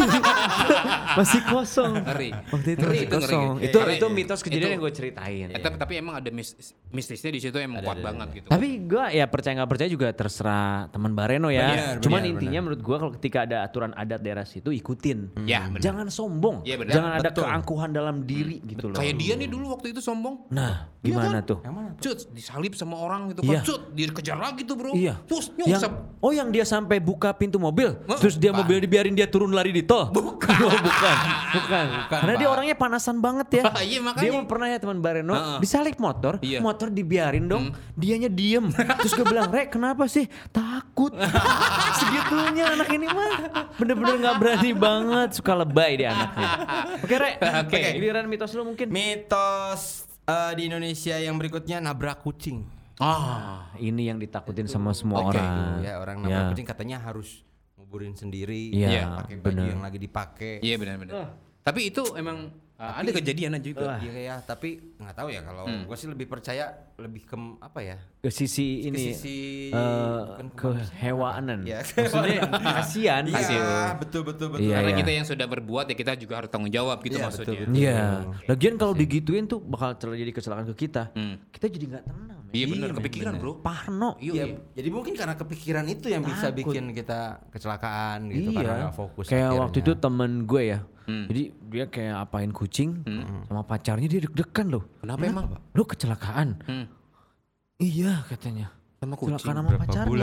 Masih kosong. Ngeri. Waktu itu ngeri, masih itu kosong. ngeri. Itu ngeri. itu mitos kejadian itu, yang gue ceritain. Eh, tapi, tapi emang ada mis, mistisnya di situ emang ada, kuat ada, banget ada. Gitu. Tapi gue ya percaya nggak percaya juga terserah teman Bareno ya. Benar, Cuman benar, intinya benar. Menurut gue kalau ketika ada aturan adat daerah situ ikutin. Hmm. Ya, jangan sombong. Ya, jangan ada Betul. keangkuhan dalam diri hmm. gitu loh. Kayak dia nih dulu waktu itu sombong. Nah, gimana ya kan? tuh? Cut, disalip sama orang gitu. Iya. Cut, dikejar lagi tuh bro. Iya. Terus nyusap. Oh yang dia sampai buka pintu mobil, terus dia mobil dibiarin dia turun lari di tol. Bukan. Oh, bukan. Bukan. Bukan. Karena dia orangnya panasan banget ya. Iya, dia mau pernah ya teman Bareno uh-uh. disalip motor, iya. motor dibiarin dong, hmm. dianya diem. Terus gue bilang, "Rek, kenapa sih?" Takut. Segitunya anak ini mah bener-bener nggak berani banget, suka lebay dia anaknya. Oke, Rek. Oke, okay. Giliran mitos lu mungkin. Mitos uh, di Indonesia yang berikutnya nabrak kucing. Ah, ini yang ditakutin itu. sama semua okay. orang. Ya, orang nabrak ya. kucing katanya harus nguburin sendiri, ya, pakai baju yang lagi dipakai. Iya benar-benar. Uh. Tapi itu emang uh, ada kejadian juga. Iya ya, tapi nggak tahu ya kalau hmm. gue sih lebih percaya lebih ke apa ya? Ke sisi ini. Ke sisi uh, kehewanan. Ya, maksudnya kasihan. Iya, betul betul betul. Karena ya. kita yang sudah berbuat ya kita juga harus tanggung jawab gitu ya, maksudnya. Iya. Lagian kalau digituin tuh bakal terjadi kecelakaan ke kita. Hmm. Kita jadi nggak tenang. Iya benar, kepikiran bener. Bro. Parno. Iya. iya. Jadi mungkin karena kepikiran itu yang Takut. bisa bikin kita kecelakaan gitu iya. karena nggak fokus. Kayak akhirnya. waktu itu temen gue ya. Hmm. Jadi dia kayak apain kucing hmm. sama pacarnya dia deg-degan loh. Kenapa, Kenapa emang? Lu kecelakaan? Hmm. Iya katanya. Sama kucing. Kecelakaan sama pacarnya.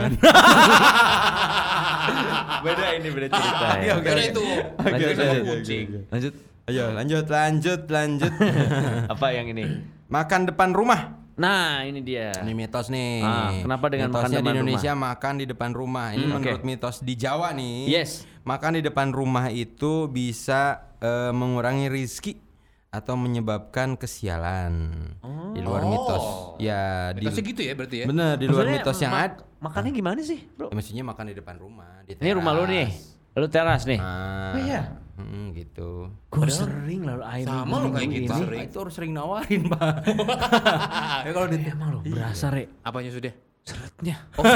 Beda ini beda cerita ya. Beda itu. Lanjut, lanjut. Kucing. Lanjut. Ayo lanjut lanjut lanjut. Apa yang ini? Makan depan rumah. Nah ini dia. Ini mitos nih. Ah, kenapa dengan makan Mitosnya depan di Indonesia rumah? makan di depan rumah. Ini hmm, menurut okay. mitos di Jawa nih. Yes. Makan di depan rumah itu bisa uh, mengurangi rizki atau menyebabkan kesialan. Oh. Di luar mitos. Ya. Mitosnya di, gitu ya berarti ya. Bener di luar Maksudnya, mitos yang ma- ada. Makannya gimana sih bro? Ya, maksudnya makan di depan rumah. Di ini rumah lu nih. Lu teras nih. Ah. Oh iya. Hmm, gitu. Gue sering lalu air sama lo kayak gitu. Pak, Sering. itu harus sering nawarin, Pak. Ya kalau di Emang lo berasa Re Apanya sudah? seretnya.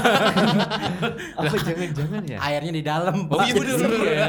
Apa jangan-jangan ya? airnya di dalam. Oh iya bener. Iya.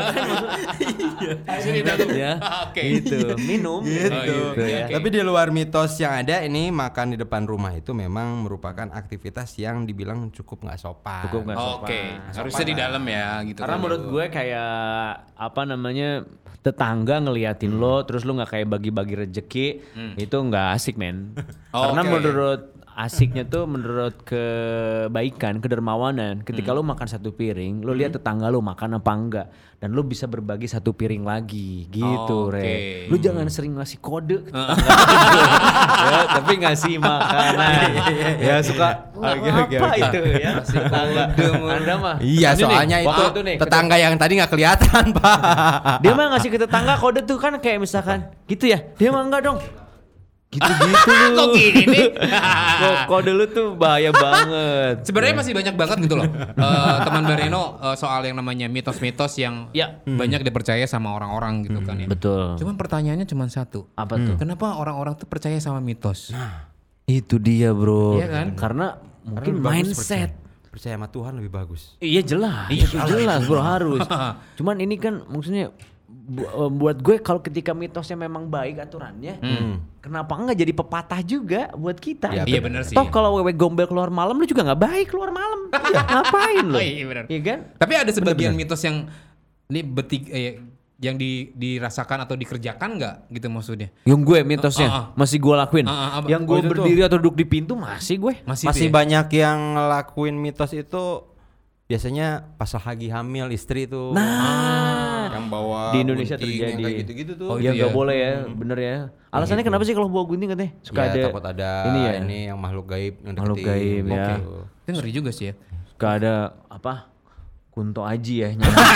Sini dalam. Ya, Oke. gitu. Minum. Gitu. Oh, iya, ya. oke. Tapi di luar mitos yang ada ini makan di depan rumah itu memang merupakan aktivitas yang dibilang cukup nggak sopan. Cukup nggak sopan. Oke, harusnya di dalam ya gitu. Karena kan. menurut gue kayak apa namanya tetangga ngeliatin lo terus lo nggak kayak bagi-bagi rejeki itu nggak asik men. Oh, Karena oke. menurut asiknya tuh menurut kebaikan, kedermawanan. Ketika lo makan satu piring, lo lihat tetangga lo makan apa enggak dan lo bisa berbagi satu piring lagi gitu, Oke. Re. Lo jangan sering ngasih kode ke tetangga. Ya, tapi ngasih makanan. Ya suka Oke, apa oke, oke. itu ya? Tetangga. Anda mah. Iya, Ini nih, soalnya waktu itu itu nih, tetangga yang tadi nggak kelihatan, Pak. dia mah ngasih ke tetangga kode tuh kan kayak misalkan gitu ya. Dia mah enggak dong. Gitu-gitu lu. Kok gini nih? Kok kode lu tuh bahaya banget. Sebenarnya masih banyak banget gitu loh. Eh, teman Bareno eh, soal yang namanya mitos-mitos yang Ya. banyak dipercaya sama orang-orang gitu kan ya. Betul. Cuman pertanyaannya cuma satu. Apa tuh? Kenapa orang-orang tuh percaya sama mitos? Itu dia, Bro. Iya kan? Karena mungkin Lebih bagus mindset. percaya. Percaya sama Tuhan lebih bagus. Iya jelas, itu jelas bro harus. Cuman ini kan maksudnya bu- eh, buat gue kalau ketika mitosnya memang baik aturannya, kenapa enggak jadi pepatah juga buat kita? Ya, iya bener sih. Toh kalau wewe gombel keluar malam lu juga nggak baik keluar malam. Iya, ngapain lu? Oh, iya bener. Iya kan? Tapi ada sebagian mitos yang ini betik eh, yang di, dirasakan atau dikerjakan nggak gitu maksudnya? Yang gue mitosnya Ah, ah. masih gue lakuin. Ah, ah, apa? Yang gue Oh, itu tuh. berdiri atau duduk di pintu masih gue. Masih, Masih itu ya? banyak yang ngelakuin mitos itu biasanya pas lagi hamil istri tuh. Nah, yang bawa di Indonesia gunting, terjadi. yang kayak gitu-gitu tuh. Oh, ya itu nggak ya. boleh ya, bener ya. Alasannya kenapa sih kalau bawa gunting katanya? Suka Ya, ada takut ada ini ya. ini yang makhluk gaib yang Makhluk deketin. gaib, ya. Gitu. Itu ngeri juga sih ya. Suka ada apa? Kunto Aji ya.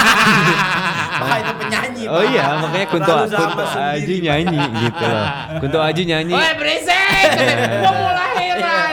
Ah, itu penyanyi. Oh iya, makanya Kunto, Terlalu sama Kunto sendiri, Aji nyanyi gitu loh. Kunto Aji nyanyi. Woi berisik! Gua mau lahiran.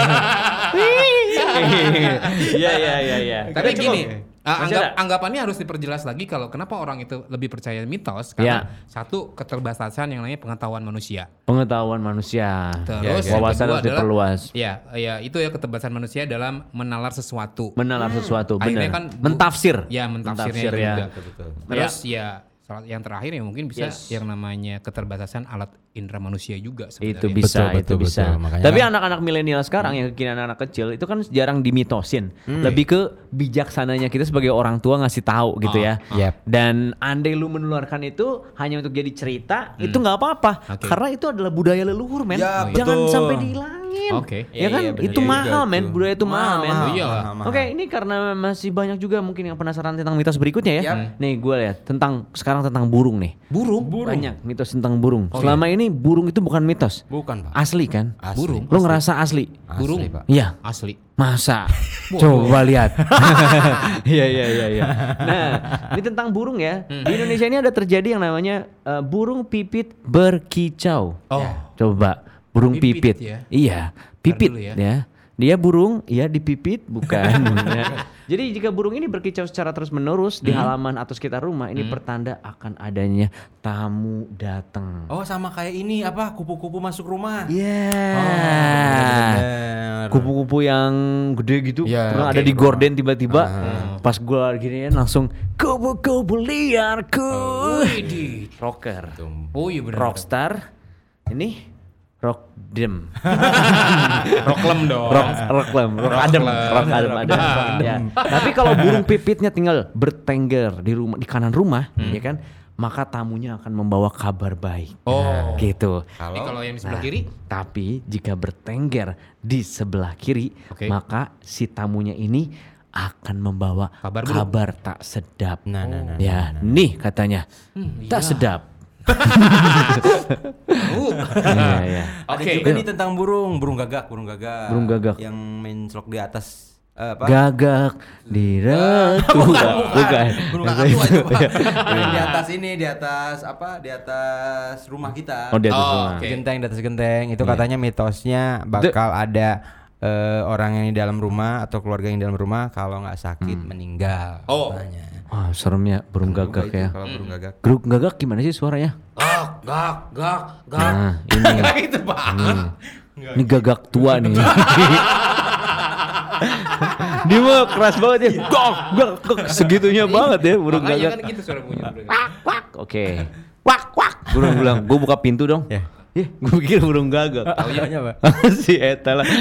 Iya iya iya iya. Tapi Cukup. gini, uh, Masih anggap, ada? anggapannya harus diperjelas lagi kalau kenapa orang itu lebih percaya mitos Ya. karena satu keterbatasan yang namanya pengetahuan manusia. Pengetahuan manusia. Terus ya. yang Wawasan kedua harus adalah diperluas. ya, ya itu ya keterbatasan manusia dalam menalar sesuatu. Menalar sesuatu, Akhirnya benar. kan bu- Mentafsir. Ya, mentafsirnya Mentafsir, ya. juga. Betul. Terus ya salah- yang terakhir ya mungkin bisa Yes. yang namanya keterbatasan alat indera manusia juga sebenarnya. Itu bisa, Betul, itu betul, bisa. betul. Makanya Tapi kan- anak-anak milenial sekarang yang kini anak-anak kecil itu kan jarang dimitosin. Lebih ke bijaksananya kita sebagai orang tua ngasih tahu gitu ya. Yep. Dan andai lu menularkan itu hanya untuk jadi cerita, itu nggak apa-apa. Oke. Karena itu adalah budaya leluhur, men. Ya, Jangan betul. sampai dihilangin. Oke. Ya Iya, kan? iya, bener itu juga mahal, men. tuh. Budaya itu mahal, men. Mahal, Iya lah. mahal, mahal. Oke, ini karena masih banyak juga mungkin yang penasaran tentang mitos berikutnya ya. Yap. Nih gue lihat tentang sekarang tentang burung nih. Burung? Banyak mitos tentang burung. Selama ini burung itu bukan mitos. Bukan, Pak. Asli kan? Asli. Burung. Lo ngerasa asli? Asli, Burung. Pak. Iya. Asli. Masa? Coba lihat. Iya iya iya iya. Nah, ini tentang burung ya. Di Indonesia ini ada terjadi yang namanya eh, burung pipit berkicau. Oh. Coba burung Pipit pipit. ya? Iya, pipit dulu ya. ya. Dia burung, ya dipipit bukan. Ya. Jadi jika burung ini berkicau secara terus-menerus di halaman atau sekitar rumah, ini pertanda akan adanya tamu datang. Oh, sama kayak ini apa? Kupu-kupu masuk rumah. Iya. Bener. Kupu-kupu yang gede gitu, Ya, pernah oke, ada di bro. gorden tiba-tiba. Pas gua gini langsung kupu-kupu liarku. Widih. Rocker, Oh iya benar. rockstar, ini rock dem, Roklem dong. rock roklem, rock adem, Roklem. rock adem ada. Ya. Tapi kalau burung pipitnya tinggal bertengger di rumah di kanan rumah, ya kan, maka tamunya akan membawa kabar baik. Oh. Gitu. Tapi kalau yang di sebelah Nah, kiri? Tapi jika bertengger di sebelah kiri, Oke. maka si tamunya ini akan membawa Kabar kabar, buruk. tak sedap. Nah, nah, nah, ya, nih katanya. tak iya. sedap. Uh. Iya, iya. Ada Oke. juga nih tentang burung, burung gagak, burung gagak. Burung gagak. Yang mencelok di atas eh, apa? Gagak di ratu. bukan, Bukan. Burung gagak tua itu, Pak. Yang di atas ini, di atas apa? Di atas rumah kita. Oh, di atas Oh, rumah. oke. Genteng, di atas genteng. Itu katanya mitosnya bakal ada eh, orang yang di dalam rumah atau keluarga yang di dalam rumah kalau nggak sakit meninggal. Oh. Katanya. Wah, serem ya burung gagak Itu ya. Kalau burung gagak. Burung gagak gimana sih suaranya? Gak, gak, gak, gak. Nah, ini. Itu banget. Ini gagak tua nih. Dia mah keras banget ya. Gak, gak, gak. Segitunya banget ya burung Makanya gagak. kan gitu suara bunyinya. Wak, wak. Oke. Wak, wak. Burung bilang, gue buka pintu dong. Ya. Ih, gue pikir burung gagak. Taunya apa? Si Eta lah.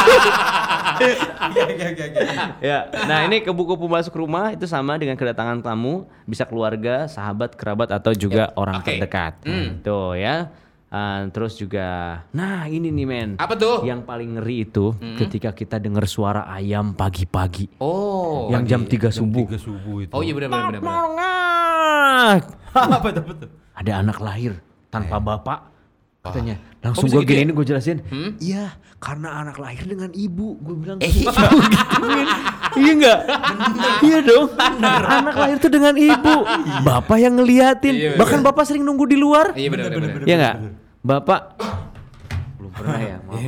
Iya, iya, iya, iya. Ya, nah ini kupu-kupu masuk rumah itu sama dengan kedatangan tamu, bisa keluarga, sahabat, kerabat atau juga orang Oke. terdekat. Hmm. Tuh ya. Uh, terus juga, nah ini nih men. Apa tuh? Yang paling ngeri itu ketika kita dengar suara ayam pagi-pagi. Oh. yang jam tiga Jam subuh. tiga subuh itu. Oh iya benar benar benar. benar. Ngak. Apa tuh? Apa tuh? Ada anak lahir tanpa bapak. Katanya. Langsung Kok bisa gue gitu ya? giniin gue jelasin. Hmm? Iya, karena anak lahir dengan ibu. Gue bilang. Eh, gitu. Iya enggak? Iya dong. Anak lahir tuh dengan ibu. Bapak yang ngeliatin. Iya, bener. Bahkan bapak sering nunggu di luar. Iya benar benar. benar. Iya enggak? Bapak belum pernah ya, maaf.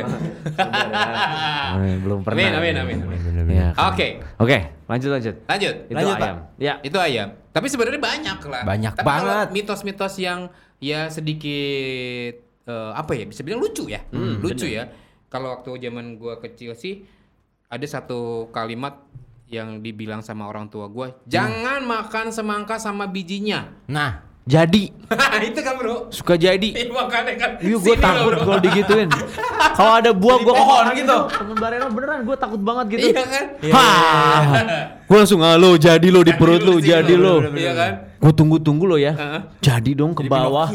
Eh, belum pernah. Amin amin amin. amin. Ya, kan. Oke. Oke, lanjut lanjut. Lanjut. Itu Lanjut, Pak. ayam. Ya. Itu ayam. Tapi sebenarnya banyak lah. Banyak Tapi kalau banget. mitos-mitos yang ya sedikit eh, apa ya? Bisa bilang lucu ya. lucu ya. Kalau waktu zaman gua kecil sih ada satu kalimat yang dibilang sama orang tua gua, jangan makan semangka sama bijinya. Nah, Jadi Itu kan bro. suka jadi. Iya makanya kan. Iya, gue Sini takut loh, bro. kalau digituin. Kalau ada buah gue pohon gitu. Temen Bareno beneran gue takut banget gitu. Iya kan? Hah, gue langsung halo jadi lo di perut lo, Sini jadi loh, lo. Iya kan? Gue tunggu-tunggu lo ya. Heeh. Jadi dong ke bawah.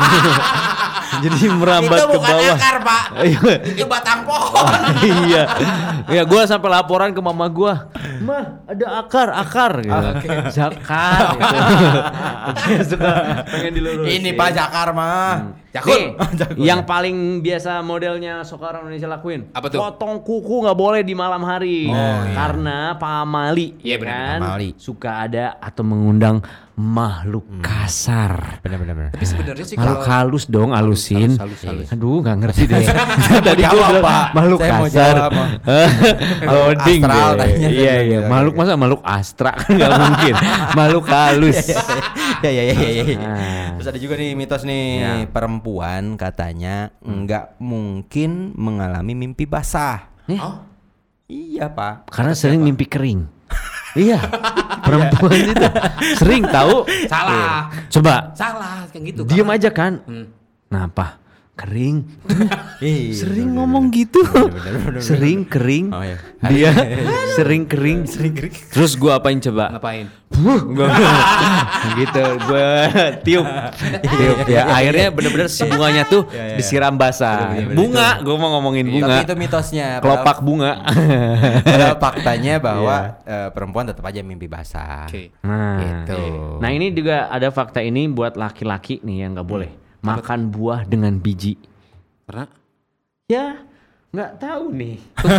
Jadi merambat Itu ke bukan bawah. akar pak. Iya. Itu batang pohon. Iya. Ya gue sampai laporan ke mama gue. Mah ada akar, akar gitu. Zakar gitu. Dia suka pengen dilurusin. ini Pak Jakar mah. Jakun. Nih, yang paling biasa modelnya sok orang Indonesia lakuin. Apa tuh? Potong kuku nggak boleh di malam hari. Karena pamali, Iya, ya benar, kan? pamali. Suka ada atau mengundang makhluk kasar. Benar-benar. Tapi sebenarnya sih Makhluk kalau halus dong, halusin. halus, halus, halus. Aduh, nggak ngerti deh. Tadi gue jawab, bilang Pak. makhluk Saya mau kasar. jawab, Pak. Loading astral deh. tadinya saya Iya bilang iya, gitu. makhluk masa makhluk astra kan nggak mungkin. Makhluk halus. ya ya ya ya. ya. Nah. Terus ada juga nih mitos nih, Ya. perempuan katanya nggak mungkin mengalami mimpi basah. Oh, Iya Pak. Karena sering mimpi kering. Iya, perempuan itu sering tahu. salah. Coba Salah kayak gitu. diem karena- aja kan. Hmm. Kenapa? Kering. Iya, Sering bener, ngomong gitu. bener, bener, Sering kering. Oh, iya. Dia sering kering. Sering kering. Terus gua apain coba? Ngapain? Huh, gua gitu. Gua tiup. Tiup ya. Akhirnya bener-bener si bunganya tuh Iya, iya. disiram basah. Bener-bener, Bunga, gua mau ngomongin bunga. Tapi itu mitosnya. Kelopak bunga. Padahal faktanya bahwa eh, perempuan tetap aja mimpi basah. Oke. Nah, Gitu. nah ini juga ada fakta ini buat laki-laki nih yang nggak boleh makan buah dengan biji. Karena Ya, nggak tahu nih.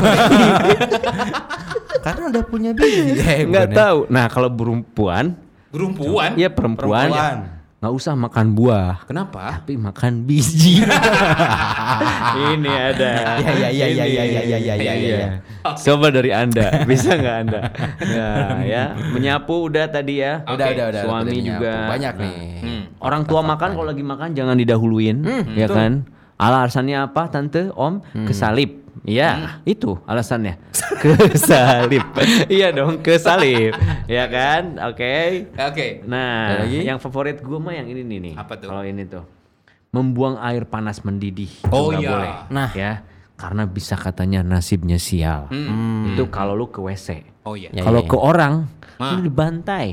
Karena udah punya biji. Eh, Nggak bukan ya? tahu. Nah kalau perempuan, gerumpuan. ya perempuan, Perempuan. nggak usah makan buah, Kenapa? tapi makan biji. Ini ada. Iya, iya, iya, iya, Ini. iya, iya, iya, iya, iya. Coba dari Anda, bisa nggak Anda? Ya, ya. Menyapu udah tadi ya. Udah, Oke. udah, udah. Suami udah juga. nyapu. Banyak nih. Hmm. Orang tua makan kalau lagi makan jangan didahuluin, ya betul. kan? Alasannya apa, tante, om? Kesalip. Iya, itu alasannya. Kesalip. Iya dong, kesalip. Ya kan? Oke. Oke. Nah, Ada lagi? yang favorit gue mah yang ini nih. nih. Apa tuh? Kalau ini tuh, membuang air panas mendidih. Itu Oh, nggak iya. boleh. Nah. ya, karena bisa katanya nasibnya sial. Hmm. Itu kalau lu ke W C. Oh iya. Ya, Kalau ya, ke ya. orang, Ah. lu dibantai.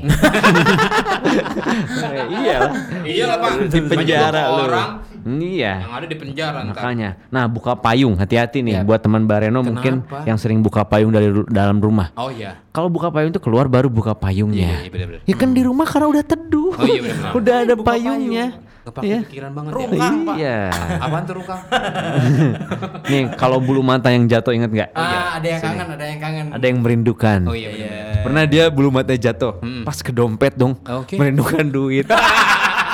Iya lah. Iya lah pak. Di penjara Banyak lu. orang Iya. yang ada di penjara ntar. Makanya. Nah, buka payung, hati-hati nih Ya. buat teman Bareno mungkin Kenapa? yang sering buka payung dari ru- dalam rumah. Oh iya. Kalau buka payung itu keluar baru buka payungnya. Iya, iya, bener-bener. Ya kan di rumah karena udah teduh. Oh, iya, bener-bener. Udah ada Buka payungnya. Kepake Iya. pikiran banget Rungkang, ya. Pak. Iya. Apaan tuh rungkang? Nih, kalau bulu mata yang jatuh inget nggak? Ah, ada yang kangen, ada yang kangen. Ada yang merindukan. Oh iya bener. Pernah dia bulu matanya jatuh, pas ke dompet dong, Oke. merindukan duit.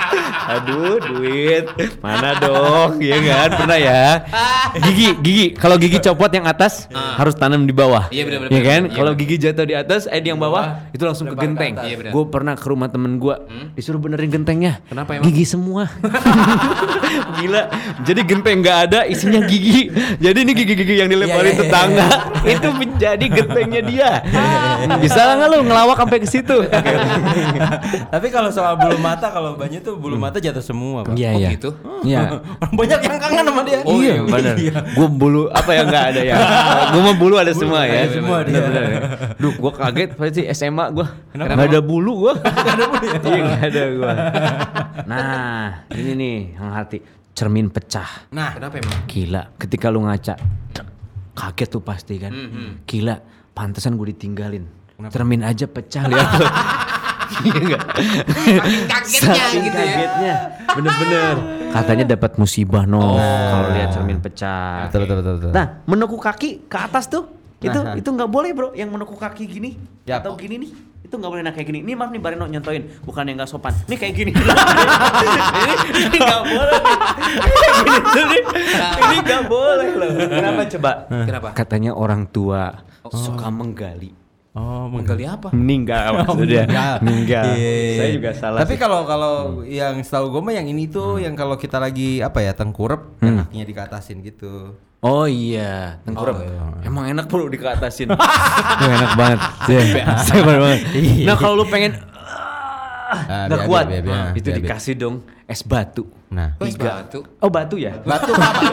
Aduh, duit. Mana dong? Iya kan? Pernah ya? Gigi, gigi. Kalau gigi copot yang atas Ah. harus tanam di bawah. Iya, benar, benar, Iya kan? benar. Kalau Iya, gigi jatuh di atas, eh di yang bawah, itu langsung ke lempar ke genteng. atas. Iya, benar. Gue pernah ke rumah temen gue, disuruh benerin gentengnya. Kenapa emang? Gigi semua. Gila. Jadi genteng nggak ada, isinya gigi. Jadi ini gigi-gigi yang dilemparin Iya, iya, tetangga itu menjadi gentengnya dia. Bisa nggak lu ngelawak sampai ke situ? Tapi kalau soal bulu mata, kalau banyak tuh bulu mata jatuh semua, Pak. Iya, Oh iya. gitu? Iya. Banyak yang kangen sama dia. Oh iya, benar. Gue bulu apa ya nggak ada ya. Gue mah bulu ada semua ya. ada semua dia. Bener-bener ya. Duh, gue kaget pasti S M A gue. Kenapa? Nggak ada bulu gue. Nggak ada bulu ya. Iya nggak ada gue. Nah, ini nih yang hati cermin pecah. Nah, Kenapa emang? Gila, ketika lu ngaca, kaget tuh pasti kan. Gila, pantesan gue ditinggalin. Cermin aja pecah lihat tuh. Iya enggak? Saking kagetnya Saking gitu ya. kagetnya. Bener-bener. Katanya dapat musibah no kalau lihat cermin pecah. betul betul betul. betul. Nah, menekuk kaki ke atas tuh, itu Nah. itu nggak boleh bro. Yang menekuk kaki gini Yap. atau gini nih, itu nggak boleh. Nah kayak gini. Ini maaf nih Bareno nyontoin, bukan yang nggak sopan. Nih kayak gini. ini ini nggak boleh. Nih. Ini ini nggak boleh loh. Kenapa coba? Kenapa? Katanya orang tua suka menggali. Oh, Menggali apa? Meninggal maksudnya. meninggal. Meninggal. Iya. Saya juga salah. Tapi sih. kalau kalau yang setahu gue mah yang ini tuh yang kalau kita lagi apa ya tengkurap, yang kakinya dikatasin gitu. Oh iya, tengkurap. Oh, iya. Emang enak bro dikatasin. Tuh enak banget. Iya, sebar banget. Nah kalau lu pengen Ah, nggak biar, kuat, biar, biar, itu biar, dikasih dong es batu. Nah, Oh, es batu. Oh batu ya? batu apa?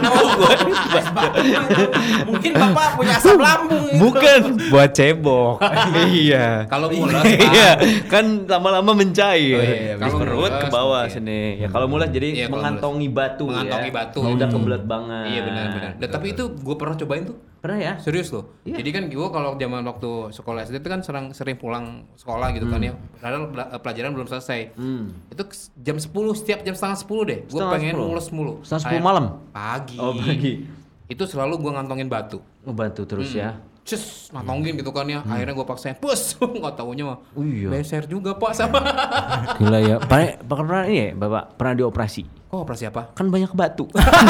Mungkin Bapak punya asam lambung gitu. Bukan, buat cebok. Iya. Kalau mulas, Iya, kan lama-lama mencair. Oh, iya, iya, Di kalau perut mulas ke bawah mungkin. sini. Ya kalau mulas jadi Iya, kalau mengantongi batu mengantongi ya. batu. Udah Hmm. kebelet banget. Iya benar-benar. Dan tapi itu gue pernah cobain tuh. Pernah ya? Serius loh. Iya. Jadi kan gue kalau zaman waktu sekolah S D itu kan sering sering pulang sekolah gitu kan ya. Padahal bela- pelajaran belum selesai. Hmm. Itu kes- jam sepuluh, setiap jam setengah sepuluh deh. Gue Setengah pengen sepuluh? mules mulu. Setengah sepuluh Air- malam? Pagi. Oh, pagi. Itu selalu gue ngantongin batu. Oh, batu terus ya. Cus, ngantongin gitu kan ya. Akhirnya gue paksain, pus. Nggak taunya mah. Oh, iya. Beser juga pak sama. Gila ya. Pernah pernah ini ya, Bapak pernah dioperasi. Oh operasi apa? Kan banyak batu.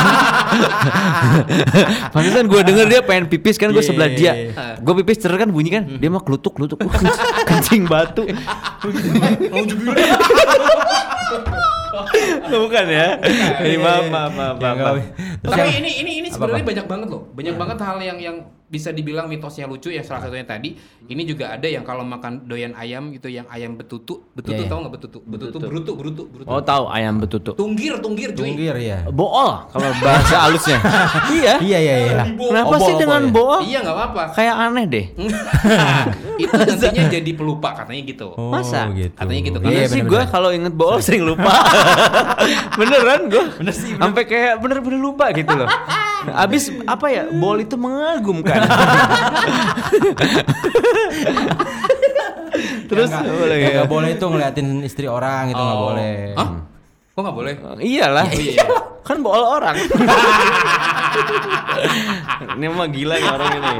Pantesan gue denger dia pengen pipis kan gue Iya, sebelah iya, dia. iya. Gue pipis cer kan bunyi kan. Dia mah kelutuk kelutuk. Kencing batu. Bukan ya. Ini maaf maaf maaf. Ya, maaf. nggak- Terus Tapi yang- ini ini ini sebenarnya banyak banget loh. Banyak banget hal yang yang bisa dibilang mitosnya lucu ya. Salah satunya tadi ini juga ada yang kalau makan doyan ayam gitu yang ayam betutu. Betutu Iya, iya. tahu nggak betutu? Betutu Betutu. berutu berutu berutu. Oh tahu ayam betutu. Tunggir tunggir cuy. tunggir ya. Bool kalau bahasa halusnya. Iya. Iya iya iya. Kenapa Obol, sih obol dengan ya? bool? Iya nggak apa-apa. Kayak aneh deh. Itu nantinya jadi pelupa katanya gitu. Oh, Masa? gitu. Katanya gitu. Iya, Iya iya, sih gue bener-bener. kalau inget bool sering lupa. Beneran gue. Bener sih. Sampai kayak bener-bener lupa gitu loh. Abis apa ya? Bool itu mengagumkan. Terus Ya, nggak- boleh ya, ya. nggak boleh itu ngeliatin istri orang itu nggak Oh. boleh. Hah? Kok nggak boleh? Iyalah. Iya, iya. Kan bool orang. Ini mah gila ya orang ini.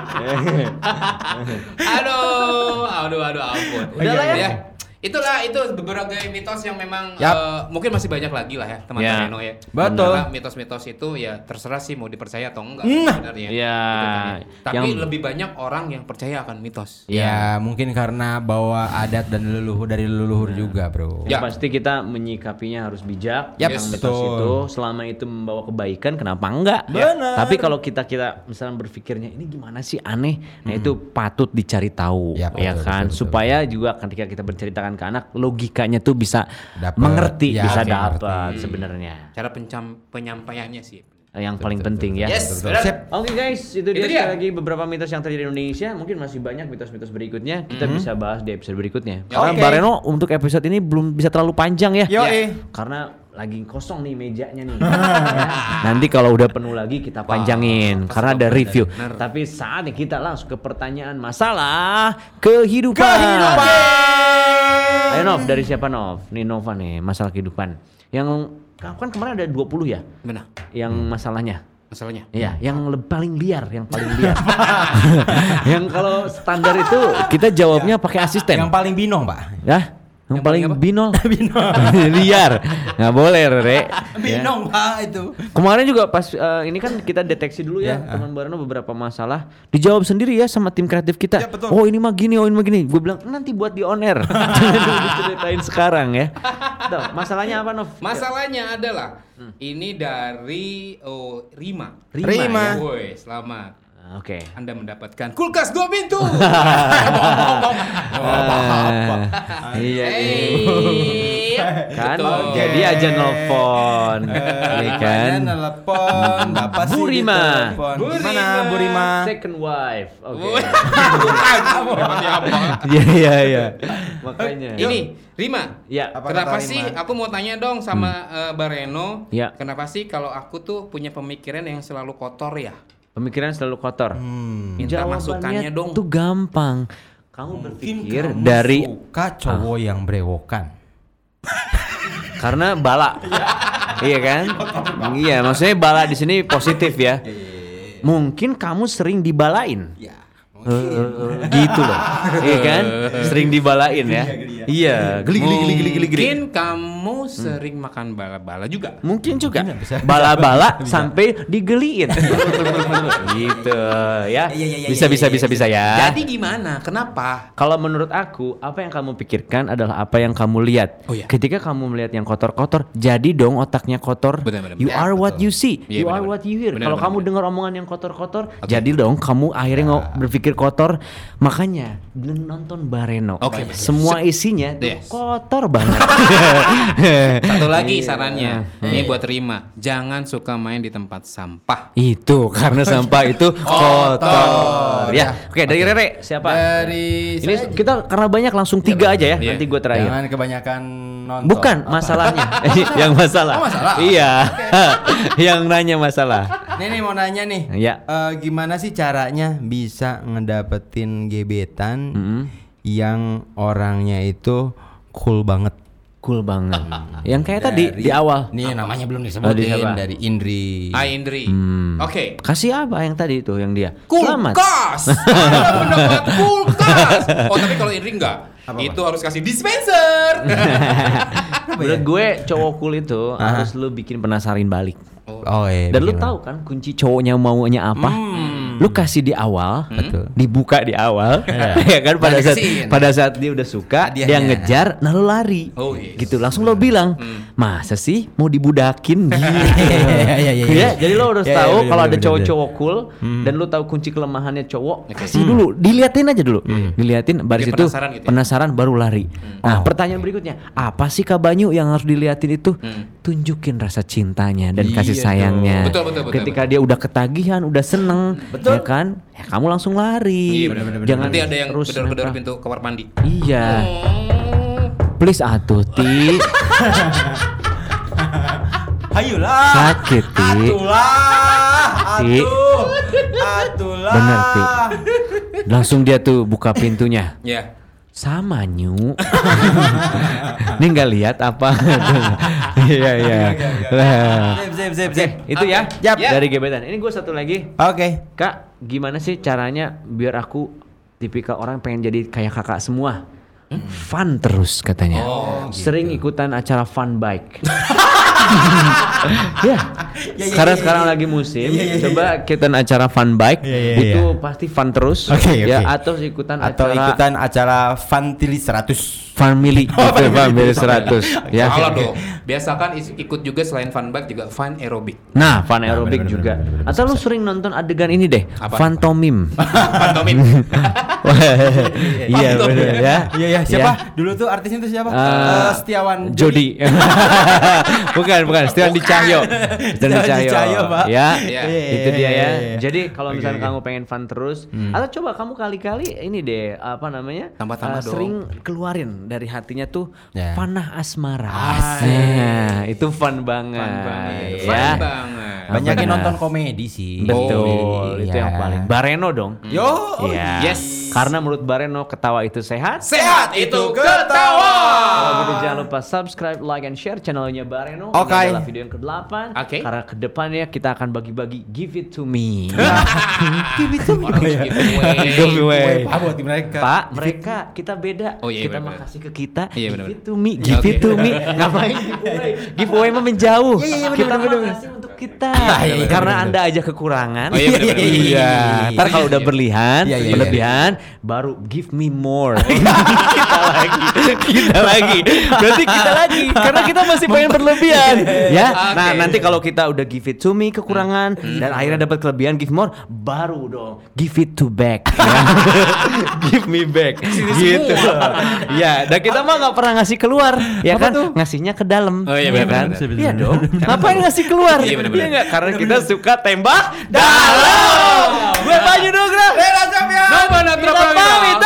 Aduh, aduh, aduh, ampun. Udah lah ya. Itulah itu beberapa mitos yang memang Yap. eh, mungkin masih banyak lagi lah ya teman-teman Ya. Reno ya. Betul. Karena mitos-mitos itu ya terserah sih mau dipercaya atau enggak Nah. sebenarnya. Iya. Gitu kan ya. Tapi Yang- lebih banyak orang yang percaya akan mitos. Ya mungkin karena bawa adat dan leluhur dari leluhur juga bro. Ya. Yang pasti kita menyikapinya harus bijak. Yap, Yang betul. mitos itu selama itu membawa kebaikan kenapa enggak? Benar. Tapi kalau kita kita misalnya berpikirnya ini gimana sih aneh, nah itu patut dicari tahu Yap, ya betul, kan betul, betul. supaya juga ketika kita berceritakan ke anak logikanya tuh bisa Dapet. mengerti, Ya, bisa oke, dapat ngerti. sebenarnya. Cara pencam penyampaiannya sih. Yang paling penting ya. Yes, betul. benar. Sip. Oke guys, itu dia Itu dia. sekali lagi beberapa mitos yang terjadi di Indonesia. Mungkin masih banyak mitos-mitos berikutnya. Kita bisa bahas di episode berikutnya. Ya, Karena oke. Mbak Reno untuk episode ini belum bisa terlalu panjang ya. Yo, Ya. eh. Karena lagi kosong nih mejanya nih. Ya. Nanti kalau udah penuh lagi kita panjangin karena ada review. benar. Tapi saatnya kita langsung ke pertanyaan masalah kehidupan. Kehidupan. Ayo Nov, dari siapa Nov? Nih Nova nih, masalah kehidupan. Yang kan kemarin ada dua puluh ya Mana yang masalahnya. masalahnya? Iya, yang le- paling liar, yang paling liar. Yang kalau standar itu kita jawabnya pakai asisten. Yang paling binong pak. Ya, Yang, Yang paling paling apa? binol. Liar. Nggak boleh, Rek. Binong Pak itu. Kemarin juga pas uh, ini kan kita deteksi dulu ya, Ya, teman Bareno beberapa masalah dijawab sendiri ya sama tim kreatif kita. Ya, betul. Oh ini mah gini, oh ini mah gini. Gue bilang nanti buat di on air. Jangan dulu diceritain sekarang ya. Tuh, masalahnya apa Nov? Masalahnya adalah ini dari oh, Rima. Rima. Rima. Ya? Woi, selamat. Ah, Oke. Anda mendapatkan kulkas dua pintu. Ah, iya. Hey, Kan betul. jadi aja nelfon. Iya kan? Makanya nelpon, Bapak Bu sih Rima. ditelepon. Bu Gimana Rima. Bu Rima? Second wife. Oke. Woi, bukan. Seperti apa? Iya iya iya. Makanya. Ini Rima. Ya. Apa Kenapa kata sih Rima? aku mau tanya dong sama eh, Bareno? Ya. Kenapa sih kalau aku tuh punya pemikiran yang selalu kotor ya? Pemikiran selalu kotor. Hmm. Minta masukannya dong. Itu gampang. Kamu berpikir Kamu dari suka cowok yang brewokan. karena bala. Iya kan? Iya, maksudnya bala di sini positif ya. Mungkin kamu sering dibalain. Ya. Eh, gitu loh. Iya kan? Sering dibalain ya. Iya, geli geli geli geli geli geli. Mungkin kamu sering makan bala-bala juga. Mungkin juga bala-bala sampai digeliin. Gitu ya. Iya, iya, iya, Bisa iya, bisa iya, bisa iya. bisa ya. Jadi gimana? Kenapa? Kalau menurut aku, apa yang kamu pikirkan adalah apa yang kamu lihat. Oh, iya. Ketika kamu melihat yang kotor-kotor, jadi dong otaknya kotor. Benar, benar, You benar. are what you see, Iya, you benar, are benar. what you hear. Benar, Kalau benar, kamu benar. dengar omongan yang kotor-kotor, jadi dong kamu akhirnya ngo- berpikir kotor. Makanya nonton Bareno. Oke, baik. Semua isinya tuh Yes. kotor banget. Satu lagi Iya. sarannya, ini buat Rima, jangan suka main di tempat sampah. Itu karena sampah itu kotor. Ya, oke dari Rere siapa? Dari Ini saya- kita karena banyak langsung tiga aja ya. Iya. Nanti gue terakhir. Jangan kebanyakan nonton. Bukan masalahnya, yang masalah. Oh, masalah. Iya, yang nanya masalah. Nih nih mau nanya nih. Ya. Eh, gimana sih caranya bisa ngedapetin gebetan Mm-mm. yang orangnya itu cool banget? Cool banget. Yang kayak tadi di awal. Nih namanya belum Oh, di disebutin siapa? dari Indri. Hai Indri. Hmm. Oke. Kasih apa yang tadi itu yang dia? Selamat. Kulkas. Anda mendapat kulkas. Oh tapi kalau Indri enggak. Itu harus kasih dispenser. Menurut gue cowok cool itu harus lu bikin penasarin balik. Oh iya. Dan lu bikin tahu kan kunci cowoknya maunya apa? Lu kasih di awal, Betul. dibuka di awal, ya kan pada saat Balesin. pada saat dia udah suka, dia Hadiahnya. ngejar, nah lu lari, Oh, yes. gitu. Langsung lo bilang, masa sih mau dibudakin? Gitu. Iya, iya, iya, iya. Ya, jadi lo harus Iya, iya, tahu bener, kalau bener, ada bener, cowok-cowok cool dan lu tahu kunci kelemahannya cowok, Oke. kasih dulu, diliatin aja dulu, diliatin, baris Biar itu penasaran gitu ya? penasaran baru lari. Nah, pertanyaan berikutnya, apa sih Kak Banyu yang harus diliatin itu? Tunjukin rasa cintanya dan kasih Iya sayangnya. dong. Betul, betul, betul, Ketika dia udah ketagihan, udah seneng, ya kan? Ya kamu langsung lari. Iya benar-benar. Jangan Nanti ada yang terus gedor-gedor nempel. pintu kamar mandi. Iya. Oh. Please atuh Ti. Hayulah. Sakit Ti. Atulah. Ti. Atuh. Atulah. Bener Ti. Langsung dia tuh buka pintunya. Ya. Sama Nyu. Ini nggak lihat apa? Iya iya. Lah. Zip zip zip Oke, zip. itu ya. Yap. Dari gebetan. Ini gue satu lagi. Oke. Kak, gimana sih caranya biar aku tipikal orang pengen jadi kayak kakak semua? Fun terus katanya. Oh, Sering ikutan acara fun bike. ya. Ya, ya, Karena ya, sekarang ya. lagi musim, Ya, ya, ya, coba ikutan acara fun bike. Ya, ya, itu ya. pasti fun terus. Oke, ya, oke. atau ikutan Atau acara ikutan acara Fantili seratus. family, gitu, family seratus. Ya. Salah dong. Biasakan is- ikut juga selain fun bike juga fun aerobik. Nah, fun aerobik bener, juga. bener, bener, Atau lu sering nonton adegan ini deh, Apa? Fantomim. Pantomim. Iya Fantomim. bener ya. Iya iya siapa? Dulu tuh artisnya tuh siapa? Eh, Eh, Setiawan Jody. bukan, bukan. Setiawan di Cahyo. Setiawan di Setiawan di Cahyo. Cahyo, Pak. Ya, Iya. itu dia ya. Iya, iya. Jadi kalau Oke, misalnya oke. kamu pengen fun terus, atau coba kamu kali-kali ini deh, apa namanya? Tambah-tambah eh, dong. Sering keluarin dari hatinya tuh Ya. panah asmara. Asik. Nah, itu fun banget. Fun banget. Ya. Fun banget. Banyakin Benar. nonton komedi sih. Betul, itu Iya. yang paling. Bareno dong. Yo. Iya. Yes. Karena menurut Bareno ketawa itu sehat. Sehat itu ketawa. Kalau gitu jangan lupa subscribe, like, and share channelnya Bareno. Oke. Ini adalah video yang kedelapan. Oke. Karena kedepannya kita akan bagi-bagi give it to me. Give it to me. Give away. Apa buat mereka? Pak, mereka kita beda. Oh, iya, kita benar-benar. mah kasih ke kita. Iya, Give benar-benar. it to me. Give Oke. it to me. Ngapain giveaway? Giveaway mah menjauh. Kita mah kasih untuk kita. Karena Anda aja kekurangan. Oh, iya, benar-benar. Iya. Ntar kalau udah Iya. berlebihan, Iya, iya, berlebihan, baru give me more. Kita lagi. Kita lagi. Berarti kita lagi. Karena kita masih pengen berlebihan. Ya. Nah, Oke. nanti kalau kita udah give it to me kekurangan dan akhirnya dapat kelebihan give more, baru dong give it to back. Ya. Give me back. Gitu. Ya, dan kita mah nggak pernah ngasih keluar, ya kan? Ngasihnya ke dalam. Oh, iya, ya kan? benar-benar. Iya dong. Ngapain ngasih keluar? Iya, benar-benar. Iya nggak? Karena kita suka tembak dalam. Gue Panji Nugra. Nova Natra Kita Prawira. pamit.